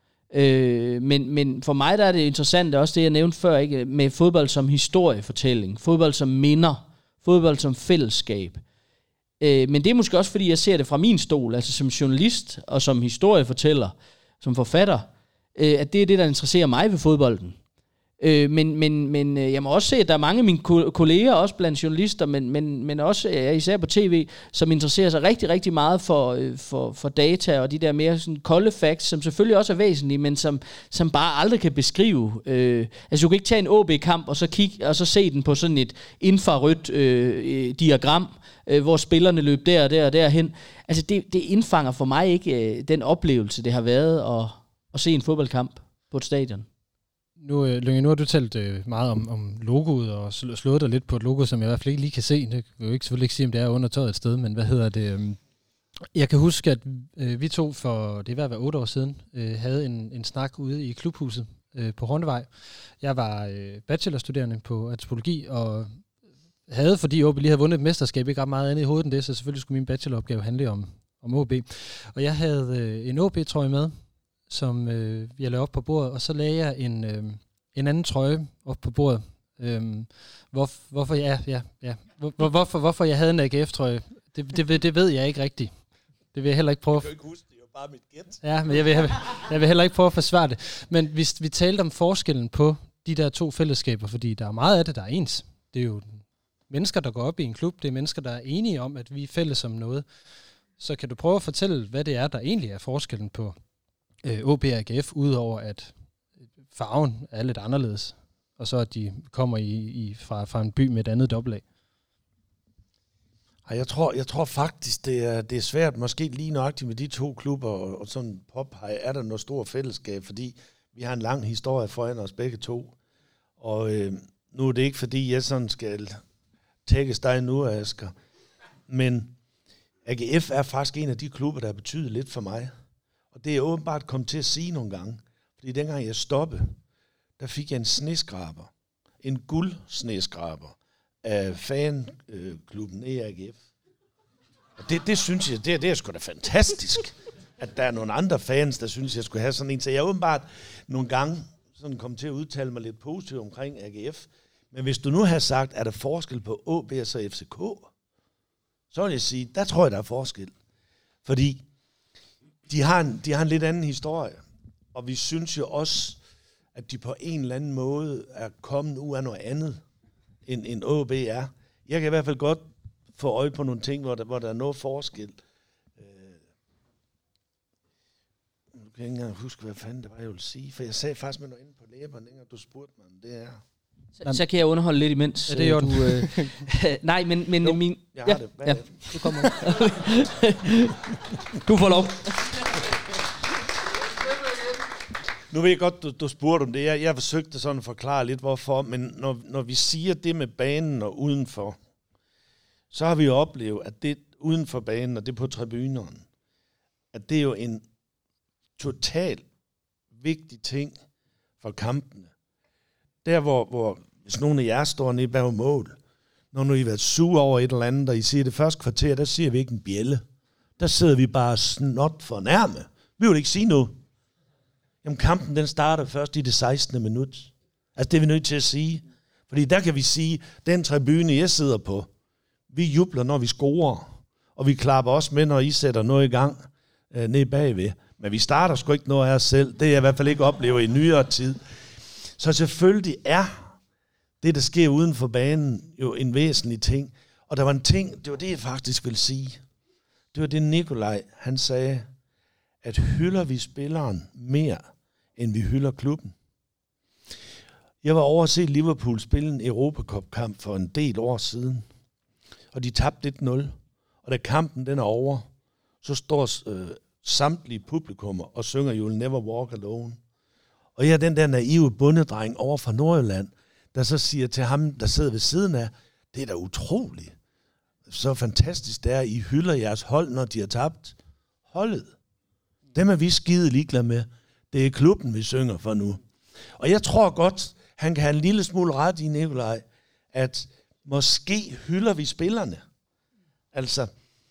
Øh, men, men for mig der er det interessant, også det jeg nævnte før, ikke, med fodbold som historiefortælling, fodbold som minder, fodbold som fællesskab. Øh, men det er måske også fordi jeg ser det fra min stol, altså som journalist og som historiefortæller, som forfatter, øh, at det er det der interesserer mig ved fodbolden. Øh, men, men, men jeg må også se, at der er mange af mine kolleger, også blandt journalister, men, men, men også især på tv, som interesserer sig rigtig, rigtig meget for, for, for data og de der mere sådan kolde facts, som selvfølgelig også er væsentlige, men som, som bare aldrig kan beskrive. Øh, altså du kan ikke tage en O B-kamp og så kigge og så se den på sådan et infrarødt øh, diagram, øh, hvor spillerne løb der og der og derhen. Altså det, det indfanger for mig ikke øh, den oplevelse, det har været at, at se en fodboldkamp på et stadion. Nu, Lynge, nu har du talt øh, meget om, om logoet, og slået dig lidt på et logo, som jeg i hvert fald ikke lige kan se. Det kan jo ikke, selvfølgelig ikke sige, om det er under tøjet et sted, men hvad hedder det? Øh, jeg kan huske, at øh, vi to for, det var hver otte år siden, øh, havde en, en snak ude i klubhuset øh, på Hornevej. Jeg var øh, bachelorstuderende på antropologi, og havde, fordi O B lige havde vundet et mesterskab, ikke ret meget andet i hovedet end det, så selvfølgelig skulle min bacheloropgave handle om, om O B. Og jeg havde øh, en O B-trøje med, som øh, jeg lagde op på bordet, og så lagde jeg en, øh, en anden trøje op på bordet. Øhm, hvor, hvorfor, ja, ja, ja. Hvor, hvorfor, hvorfor jeg havde en A G F-trøje, det, det, det ved jeg ikke rigtigt. Det vil jeg heller ikke prøve. Jeg kan ikke huske, det er jo bare mit gæt. Ja, men jeg vil, jeg vil heller ikke prøve at forsvare det. Men hvis vi talte om forskellen på de der to fællesskaber, fordi der er meget af det, der er ens. Det er jo mennesker, der går op i en klub. Det er mennesker, der er enige om, at vi er fælles om noget. Så kan du prøve at fortælle, hvad det er, der egentlig er forskellen på O B og A G F, udover at farven er lidt anderledes, og så at de kommer i, i, fra, fra en by med et andet dobbelt A. Jeg tror, jeg tror faktisk, det er, det er svært, måske lige nøjagtigt med de to klubber, og, og sådan påpege, er der noget stort fællesskab, fordi vi har en lang historie foran os begge to. Og øh, nu er det ikke, fordi jeg sådan skal tækkes dig nu, Asger, men A G F er faktisk en af de klubber, der har betydet lidt for mig. Og det er åbenbart kommet til at sige nogle gange. Fordi dengang jeg stoppede, der fik jeg en sneskraber. En guldsneskraber af fanklubben E A G F. Og det, det synes jeg, det, det er sgu da fantastisk, at der er nogle andre fans, der synes, jeg skulle have sådan en. Så jeg er åbenbart nogle gange sådan kom til at udtale mig lidt positivt omkring A G F. Men hvis du nu har sagt, er der forskel på O B og så F C K, så vil jeg sige, der tror jeg, der er forskel. Fordi De har, en, de har en lidt anden historie, og vi synes jo også, at de på en eller anden måde er kommet ud af noget andet, end, end O B er. Jeg kan i hvert fald godt få øje på nogle ting, hvor der, hvor der er noget forskel. Øh, nu kan jeg ikke engang huske, hvad fanden det var, jeg ville sige, for jeg sagde faktisk med noget inde på læberne, og du spurgte mig, om det er. Så, så kan jeg underholde lidt imens. Ja, det er du, øh, nej, men, men jo, min... jeg har ja, det. ja, du kommer. Du får lov. Nu ved jeg godt, du, du spurgte om det. Jeg, jeg forsøgte sådan at forklare lidt, hvorfor. Men når, når vi siger det med banen og udenfor, så har vi jo oplevet, at det uden for banen, og det på tribunerne, at det er jo en totalt vigtig ting for kampene. Der, hvor, hvor hvis nogen af jer står nede bag mål, når nu I har været sure over et eller andet, og I siger det første kvarter, der siger vi ikke en bjælle. Der sidder vi bare snot for nærme. Vi vil ikke sige noget. Jamen kampen, den starter først i det sekstende minut. Altså det er vi nødt til at sige. Fordi der kan vi sige, den tribune, jeg sidder på, vi jubler, når vi scorer. Og vi klapper også med, når I sætter noget i gang øh, ned bagved. Men vi starter sgu ikke noget af os selv. Det er jeg i hvert fald ikke oplever i nyere tid. Så selvfølgelig er det, der sker uden for banen, jo en væsentlig ting. Og der var en ting, det var det, jeg faktisk vil sige. Det var det, Nikolaj, han sagde, at hylder vi spilleren mere, end vi hylder klubben. Jeg var over at se Liverpool spille en Europacup-kamp for en del år siden, og de tabte et nul. Og da kampen den er over, så står øh, samtlige publikummer og synger You'll Never Walk Alone. Og jeg er den der naive bondedreng over fra Nordjylland, der så siger til ham, der sidder ved siden af, det er da utroligt. Så fantastisk det er, I hylder jeres hold, når de har tabt. Holdet. Dem er vi skide ligeglade med. Det er klubben, vi synger for nu. Og jeg tror godt, han kan have en lille smule ret i, Nikolaj, at måske hylder vi spillerne. Altså,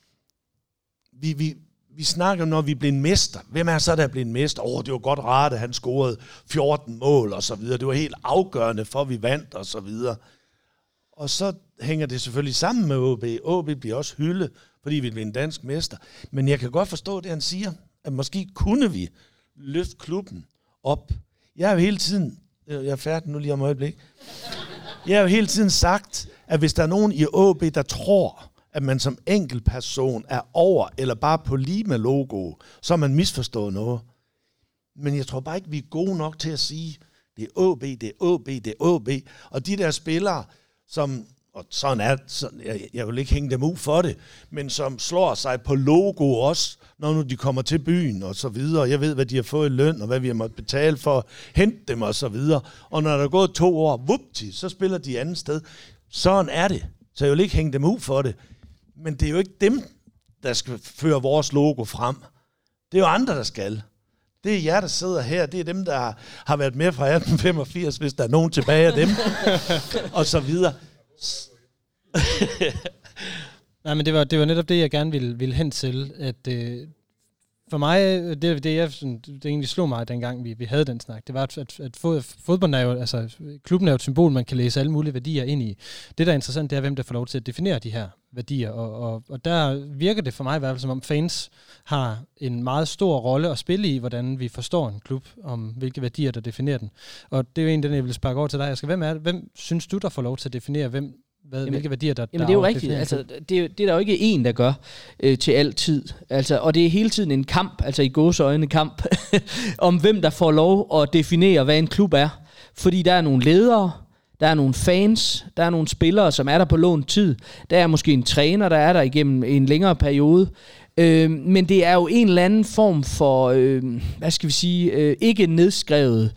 vi, vi, vi snakker, når vi bliver en mester. Hvem er så, der bliver en mester? Åh, oh, det var godt rart, at han scorede fjorten mål, og så videre. Det var helt afgørende for, at vi vandt, og så videre. Og så hænger det selvfølgelig sammen med O B. O B bliver også hyldet, fordi vi bliver en dansk mester. Men jeg kan godt forstå det, han siger, at måske kunne vi løfte klubben op. Jeg har jo hele tiden, jeg er færdig nu lige om et øjeblik, jeg har jo hele tiden sagt, at hvis der er nogen i O B, der tror, at man som enkeltperson er over, eller bare på lige med logo, så har man misforstået noget. Men jeg tror bare ikke, vi er gode nok til at sige, det er O B, det er O B, det er O B. Og de der spillere, som, og sådan er sådan, jeg, jeg vil ikke hænge dem ud for det, men som slår sig på logo også, når nu de kommer til byen og så videre. Jeg ved, hvad de har fået i løn, og hvad vi har måttet betale for at hente dem og så videre. Og når der er gået to år, vupti, så spiller de andet sted. Sådan er det. Så jeg vil ikke hænge dem ud for det. Men det er jo ikke dem, der skal føre vores logo frem. Det er jo andre, der skal. Det er jer, der sidder her. Det er dem, der har været med fra atten femogfirs, hvis der er nogen tilbage af dem. Og så videre. Nej, men det var, det var netop det, jeg gerne ville, ville hen til. At, øh, for mig, det, det, jeg, det egentlig slog mig, dengang vi, vi havde den snak, det var, at, at, at fodbolden er jo, altså klubben er jo et symbol, man kan læse alle mulige værdier ind i. Det, der er interessant, det er, hvem der får lov til at definere de her værdier. Og, og, og der virker det for mig i hvert fald, som om fans har en meget stor rolle at spille i, hvordan vi forstår en klub, om hvilke værdier, der definerer den. Og det er jo en, den jeg vil sparke over til dig. Asger, hvem, er, hvem synes du, der får lov til at definere, hvem Hvad, jamen, hvilke værdier, der, jamen, der det er jo rigtigt. Altså, det, er, det er der jo ikke en, der gør øh, til altid. Altså, og det er hele tiden en kamp, altså i gåseøjne kamp, om hvem der får lov at definere, hvad en klub er. Fordi der er nogle ledere, der er nogle fans, der er nogle spillere, som er der på lånt tid. Der er måske en træner, der er der igennem en længere periode. Øh, men det er jo en eller anden form for, øh, hvad skal vi sige, øh, ikke nedskrevet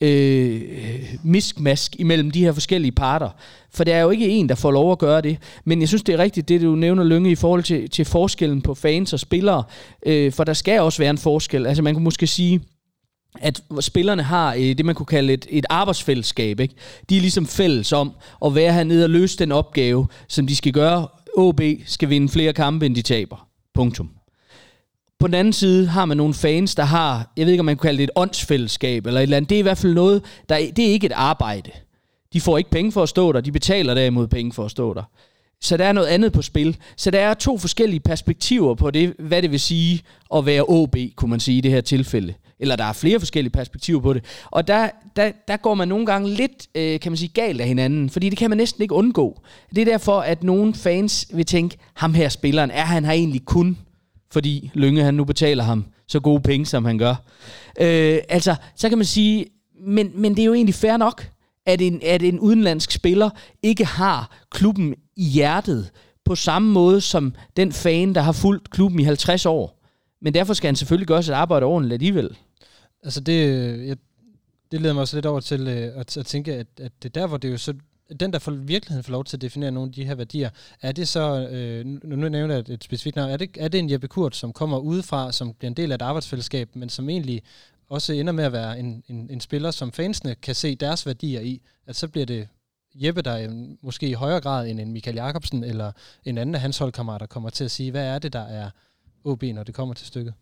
øh, miskmask imellem de her forskellige parter. For det er jo ikke en, der får lov at gøre det. Men jeg synes, det er rigtigt, det du nævner, Lynge, i forhold til, til forskellen på fans og spillere. Øh, for der skal også være en forskel. Altså man kan måske sige, at spillerne har øh, det, man kunne kalde et, et arbejdsfællesskab. Ikke? De er ligesom fælles om at være hernede og løse den opgave, som de skal gøre. O B skal vinde flere kampe, end de taber. Punktum. På den anden side har man nogle fans, der har, jeg ved ikke, om man kan kalde det et åndsfællesskab, eller et eller andet. Det er i hvert fald noget, der, det er ikke et arbejde. De får ikke penge for at stå der, de betaler derimod penge for at stå der. Så der er noget andet på spil. Så der er to forskellige perspektiver på det, hvad det vil sige at være O B, kunne man sige i det her tilfælde. Eller der er flere forskellige perspektiver på det. Og der, der, der går man nogle gange lidt, øh, kan man sige, galt af hinanden, fordi det kan man næsten ikke undgå. Det er derfor, at nogle fans vil tænke, ham her spilleren, er han her egentlig kun, fordi Lynge han nu betaler ham så gode penge, som han gør. Øh, altså, så kan man sige, men, men det er jo egentlig fair nok, at en, at en udenlandsk spiller ikke har klubben i hjertet på samme måde som den fan, der har fulgt klubben i halvtreds år. Men derfor skal han selvfølgelig gøre sit arbejde ordentligt alligevel. Altså det, jeg, det leder mig også lidt over til øh, at, at tænke, at, at det der, hvor det er jo så, den der for virkeligheden får lov til at definere nogle af de her værdier, er det så, øh, nu, nu nævner jeg et, et specifikt navn, er det, er det en Jeppe Kurt, som kommer udefra, som bliver en del af et arbejdsfællesskab, men som egentlig også ender med at være en, en, en spiller, som fansene kan se deres værdier i, at så bliver det Jeppe, der måske i højere grad end en Michael Jacobsen eller en anden af hans holdkammerater kommer til at sige, hvad er det, der er O B, når det kommer til stykket?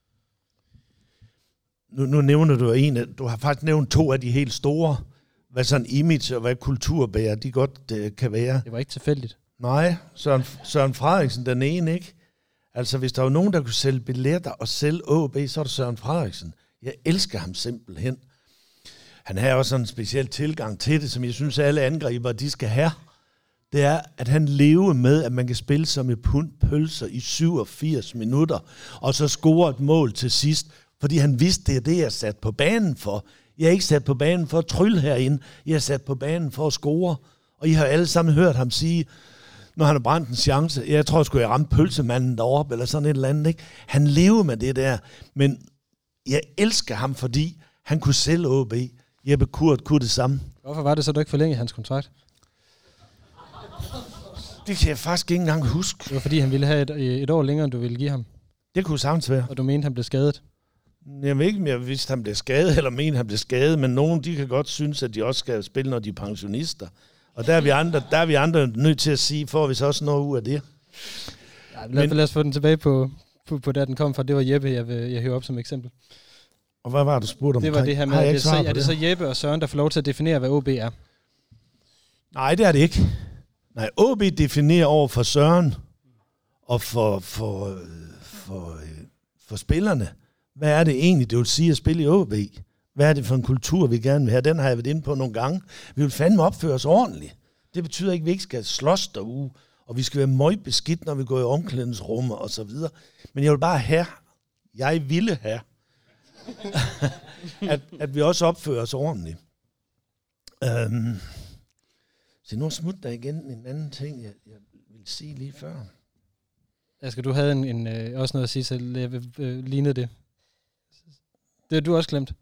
Nu, nu nævner du en af, du har faktisk nævnt to af de helt store, hvad sådan image og hvad kulturbærer, de godt uh, kan være. Det var ikke tilfældigt. Nej, Søren, Søren Frederiksen, den ene, ikke? Altså, hvis der var nogen, der kunne sælge billetter og sælge A B, så er det Søren Frederiksen. Jeg elsker ham simpelthen. Han har også sådan en speciel tilgang til det, som jeg synes, alle angriber, de skal have. Det er, at han lever med, at man kan spille som et pund pølser i syvogfirs minutter, og så score et mål til sidst, fordi han vidste, det er det, jeg er sat på banen for. Jeg er ikke sat på banen for at trylle herinde. Jeg er sat på banen for at score. Og I har alle sammen hørt ham sige, når han har brændt en chance, jeg tror, jeg skulle have ramt pølsemanden deroppe, eller sådan et eller andet. Ikke? Han lever med det der, men jeg elsker ham, fordi han kunne sælge A B. Jeppe Kurt kunne det samme. Hvorfor var det så, du ikke forlængede hans kontrakt? Det kan jeg faktisk ikke engang huske. Det var fordi, han ville have et, et år længere, end du ville give ham. Det kunne sagtens være. Og du mente, han blev skadet? Jeg ved ikke, om jeg vidste, han blev skadet, eller mente, han blev skadet, men nogen, de kan godt synes, at de også skal spille, når de er pensionister. Og der er vi andre, der er vi andre nødt til at sige, får vi så også noget ud af det. Ja, lad, men, lad os få den tilbage på, på, på der den kom fra. Det var Jeppe, jeg, jeg hører op som eksempel. Og hvad var det, du spurgte om? Det var det her med, at det, så, er det så Jeppe og Søren, der får lov til at definere, hvad A B er? Nej, det er det ikke. Nej, A B definerer over for Søren og for, for, for, for spillerne. Hvad er det egentlig, det vil sige at spille i A B? Hvad er det for en kultur, vi gerne vil have? Den har jeg været inde på nogle gange. Vi vil fandme opføre os ordentligt. Det betyder ikke, at vi ikke skal slås derude, og vi skal være meget beskidt, når vi går i omklædningsrummet og så videre. Men jeg vil bare have, jeg ville have, at, at vi også opfører os ordentligt. Um, så nu smutter der igen en anden ting, jeg, jeg ville sige lige før. Asger, du havde en, en, øh, også noget at sige, så jeg øh, lignede det. Det har du også glemt.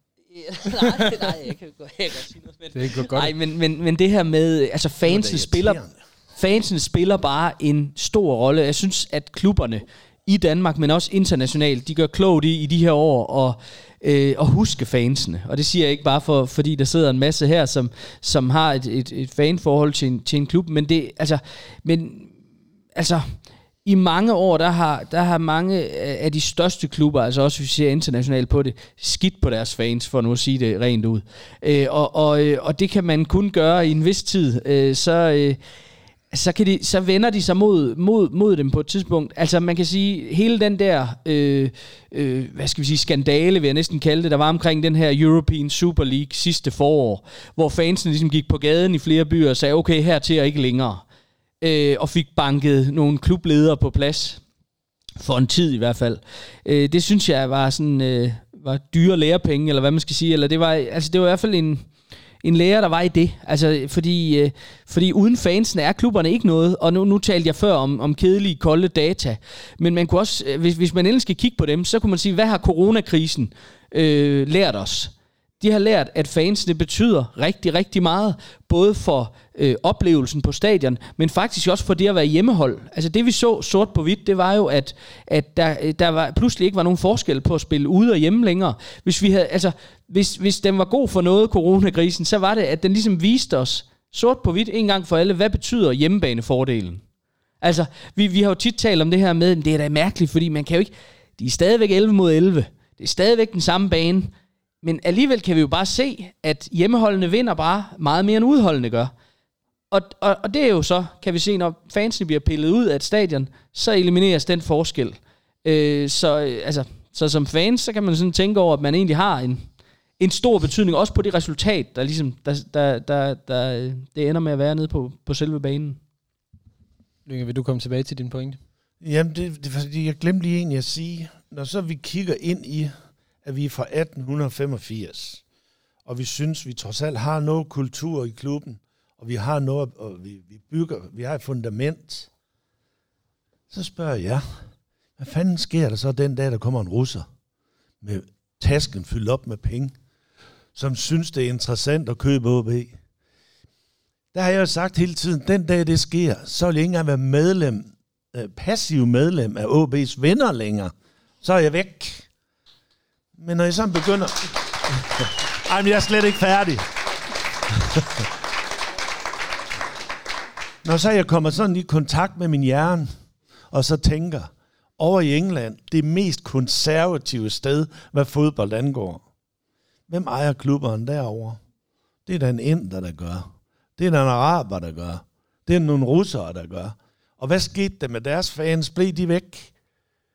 nej, nej, jeg kan godt sige noget. Men, det er godt. Nej, men, men, men det her med, altså fansen spiller, fansen spiller bare en stor rolle. Jeg synes, at klubberne i Danmark, men også internationalt, de gør klogt i, i de her år og øh, at huske fansene. Og det siger jeg ikke bare for, fordi der sidder en masse her, som, som har et, et, et fanforhold til en, til en klub, men det, altså, men, altså, i mange år, der har, der har mange af de største klubber, altså også hvis vi ser internationalt på det, skidt på deres fans, for nu at sige det rent ud. Øh, og, og, og det kan man kun gøre i en vis tid. Øh, så, øh, så, kan de, så vender de sig mod, mod, mod dem på et tidspunkt. Altså man kan sige, hele den der, øh, øh, hvad skal vi sige, skandale, vil jeg næsten kalde det, der var omkring den her European Super League sidste forår, hvor fansene ligesom gik på gaden i flere byer og sagde, okay, hertil og ikke længere. Øh, og fik banket nogle klubledere på plads, for en tid i hvert fald. Øh, det synes jeg var sådan, øh, var dyre lærepenge, eller hvad man skal sige, eller det var, altså det var i hvert fald en, en lærer, der var i det, altså fordi, øh, fordi uden fansen er klubberne ikke noget, og nu, nu talte jeg før om, om kedelige, kolde data, men man kunne også, hvis, hvis man endelig skal kigge på dem, så kunne man sige, hvad har coronakrisen øh, lært os? De har lært, at fansene betyder rigtig, rigtig meget, både for øh, oplevelsen på stadion, men faktisk også for det at være hjemmehold. Altså det vi så sort på hvidt, det var jo, at, at der, der var, pludselig ikke var nogen forskel på at spille ude og hjemme længere. Hvis, vi havde, altså, hvis, hvis den var god for noget, coronakrisen, så var det, at den ligesom viste os sort på hvidt en gang for alle, hvad betyder hjemmebanefordelen? Altså, vi, vi har jo tit talt om det her med, det er da mærkeligt, fordi man kan jo ikke, de er stadigvæk elleve mod elleve. Det er stadigvæk den samme bane. Men alligevel kan vi jo bare se, at hjemmeholdene vinder bare meget mere end udholdene gør. Og, og, og det er jo så, kan vi se, når fansene bliver pillet ud af et stadion, så elimineres den forskel. Øh, så, altså, så som fans, så kan man sådan tænke over, at man egentlig har en, en stor betydning, også på det resultat, der ligesom, der, der, der, der, det ender med at være nede på, på selve banen. Lynge, vil du komme tilbage til din pointe? Jamen, det, det er fordi, jeg glemte lige en, jeg siger. Når så vi kigger ind i, at vi er fra atten femogfirs, og vi synes, vi trods alt har noget kultur i klubben, og vi har noget, og vi, vi bygger, vi har et fundament, så spørger jeg, hvad fanden sker der så den dag, der kommer en russer med tasken fyldt op med penge, som synes, det er interessant at købe A B? Der har jeg jo sagt hele tiden, den dag det sker, så vil jeg ikke engang være medlem, øh, passiv medlem af A B's venner længere. Så er jeg væk. Men når jeg så begynder... Ej, men jeg er slet ikke færdig. Når så jeg kommer sådan i kontakt med min hjerne, og så tænker, over i England, det mest konservative sted, hvad fodbold angår. Hvem ejer klubberen derovre? Det er der en inder, der gør. Det er der en araber, der gør. Det er nogle russere, der gør. Og hvad skete der med deres fans? Blev de væk?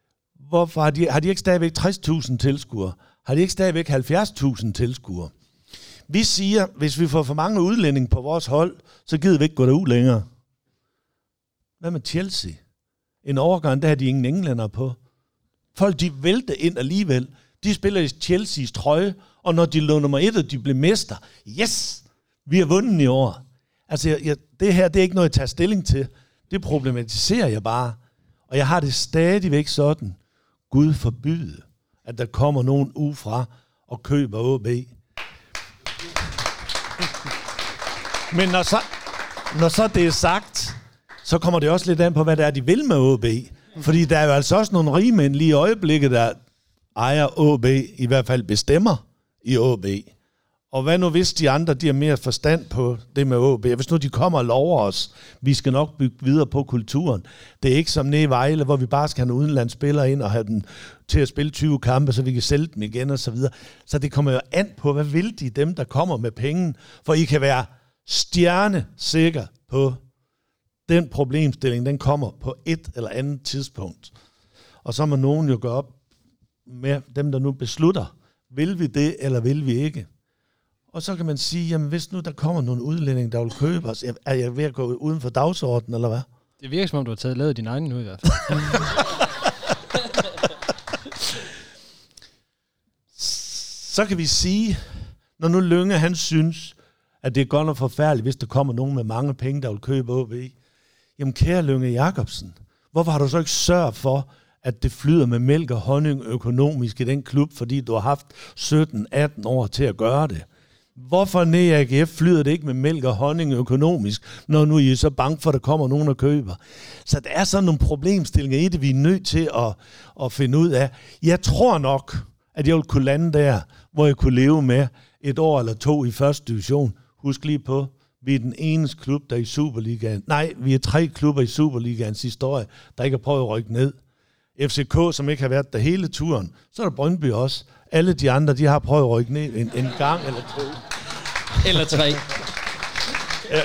Hvorfor har de, har de ikke stadigvæk tres tusind tilskuere? Har de ikke stadigvæk halvfjerds tusind tilskuere? Vi siger, hvis vi får for mange udlændinge på vores hold, så gider vi ikke gå derud længere. Hvad med Chelsea? En overgang, der har de ingen englænder på. Folk, de vælter ind alligevel. De spiller i Chelseas trøje, og når de lå nummer et, og de blev mester, yes, vi har vundet i år. Altså, jeg, jeg, det her, det er ikke noget, jeg tager stilling til. Det problematiserer jeg bare. Og jeg har det stadigvæk sådan, Gud forbyde, at der kommer nogen udefra og køber O B. Men når så, når så det er sagt, så kommer det også lidt an på, hvad det er, de vil med O B. Fordi der er jo altså også nogle rigmænd lige i øjeblikket, der ejer O B, i hvert fald bestemmer i O B. Og hvad nu hvis de andre, de har mere forstand på det med O B? Hvis nu de kommer og lover os, vi skal nok bygge videre på kulturen. Det er ikke som nede i Vejle, hvor vi bare skal have nogle udenlandsspillere ind og have dem til at spille tyve kampe, så vi kan sælge dem igen og så videre. Så det kommer jo an på, hvad vil de, dem der kommer med penge? For I kan være stjernesikker på, den problemstilling, den kommer på et eller andet tidspunkt. Og så må nogen jo gå op med dem, der nu beslutter, vil vi det, eller vil vi ikke? Og så kan man sige, jamen hvis nu der kommer nogle udlændinge, der vil købe os, er jeg ved at gå uden for dagsordenen, eller hvad? Det virker som om, du har taget lavet din egen nu i hvert fald. Så kan vi sige, når nu Lynge, han synes, at det er godt og forfærdeligt, hvis der kommer nogen med mange penge, der vil købe O B. Jamen kære Lynge Jacobsen, hvorfor har du så ikke sørget for, at det flyder med mælk og honning økonomisk i den klub, fordi du har haft sytten atten år til at gøre det? Hvorfor ned i A G F flyder det ikke med mælk og honning økonomisk, når nu I er så bange for, at der kommer nogen og køber? Så der er sådan nogle problemstillinger i det, vi er nødt til at, at finde ud af. Jeg tror nok, at jeg vil kunne lande der, hvor jeg kunne leve med et år eller to i første division. Husk lige på, vi er den eneste klub, der er i Superligaen. Nej, vi er tre klubber i Superligaens historie, der ikke har prøvet at rykke ned. F C K, som ikke har været der hele turen. Så er der Brøndby også. Alle de andre, de har prøvet at rykke ned en, en gang eller to. Eller tre. Ja.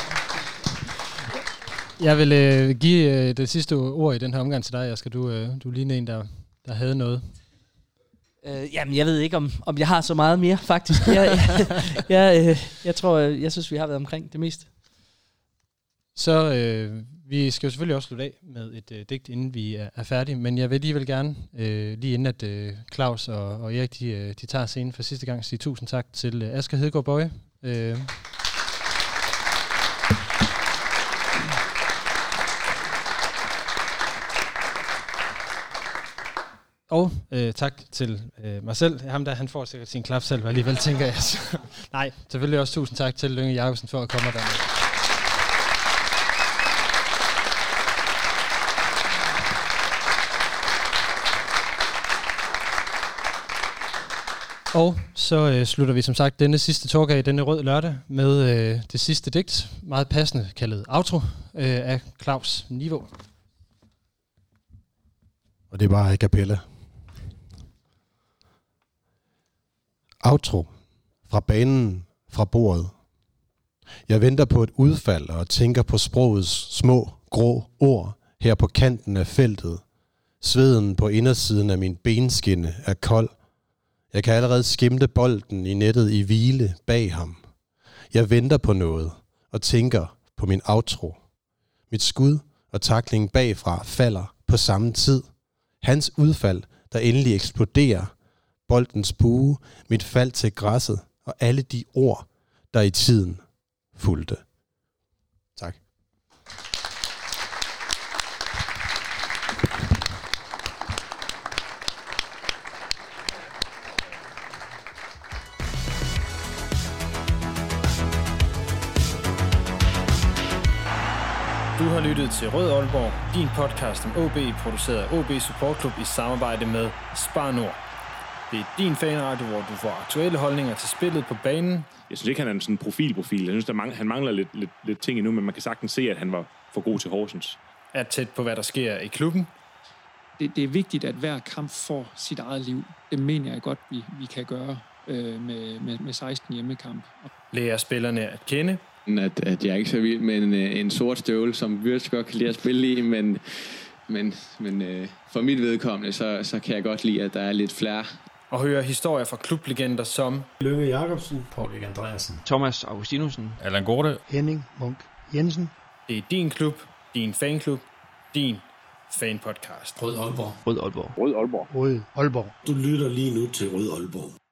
Jeg vil øh, give øh, det sidste ord i den her omgang til dig, Asger. Du, øh, du ligner en, der, der havde noget. Øh, jamen, jeg ved ikke, om, om jeg har så meget mere, faktisk. Jeg, jeg, jeg, øh, jeg tror, jeg, jeg synes, vi har været omkring det meste. Så øh, vi skal jo selvfølgelig også slutte af med et øh, digt, inden vi er, er færdige. Men jeg vil alligevel gerne, øh, lige inden at øh, Claus og, og Erik, de, øh, de tager scenen for sidste gang, sige tusind tak til øh, Asger Hedegaard Boye. Øh. Og øh, tak til øh, mig selv. Ham der, han får sikkert sin klap selv, alligevel tænker jeg. Nej, selvfølgelig også tusind tak til Lynge Jacobsen for at komme der. Og så øh, slutter vi som sagt denne sidste talk af denne rød lørdag med øh, det sidste digt, meget passende kaldet outro, øh, af Claus Nivå. Og det er bare a cappella. Outro. Fra banen, fra bordet. Jeg venter på et udfald og tænker på sprogets små, grå ord her på kanten af feltet. Sveden på indersiden af min benskinne er kold. Jeg kan allerede skimte bolden i nettet i hvile bag ham. Jeg venter på noget og tænker på min outro. Mit skud og tackling bagfra falder på samme tid. Hans udfald, der endelig eksploderer. Boldens bue, mit fald til græsset og alle de ord, der i tiden fulgte. Tak. Du har lyttet til Rød Aalborg, din podcast om O B, produceret af O B Support Club i samarbejde med Spar Nord. Det er din fanradio, hvor du får aktuelle holdninger til spillet på banen. Jeg synes ikke, han er sådan en profilprofil. Jeg synes, der mangler, han mangler lidt, lidt, lidt ting endnu, men man kan sagtens se, at han var for god til Horsens. Er tæt på, hvad der sker i klubben. Det, det er vigtigt, at hver kamp får sit eget liv. Det mener jeg godt, vi, vi kan gøre øh, med, med, med seksten hjemmekamp. Lærer spillerne at kende. At, at jeg er ikke så vild med en, en sort støvle, som Wirtz godt kan lide at spille i, men men, men øh, for mit vedkommende, så, så kan jeg godt lide, at der er lidt flere. Og høre historier fra klublegender som Lønge Jacobsen, Paul Erik Andreasen, Thomas Augustinussen, Allan Gorte, Henning Munk Jensen. Det er din klub, din fanklub, din fanpodcast. Rød Aalborg. Rød Aalborg. Rød Aalborg. Rød Aalborg. Du lytter lige nu til Rød Aalborg.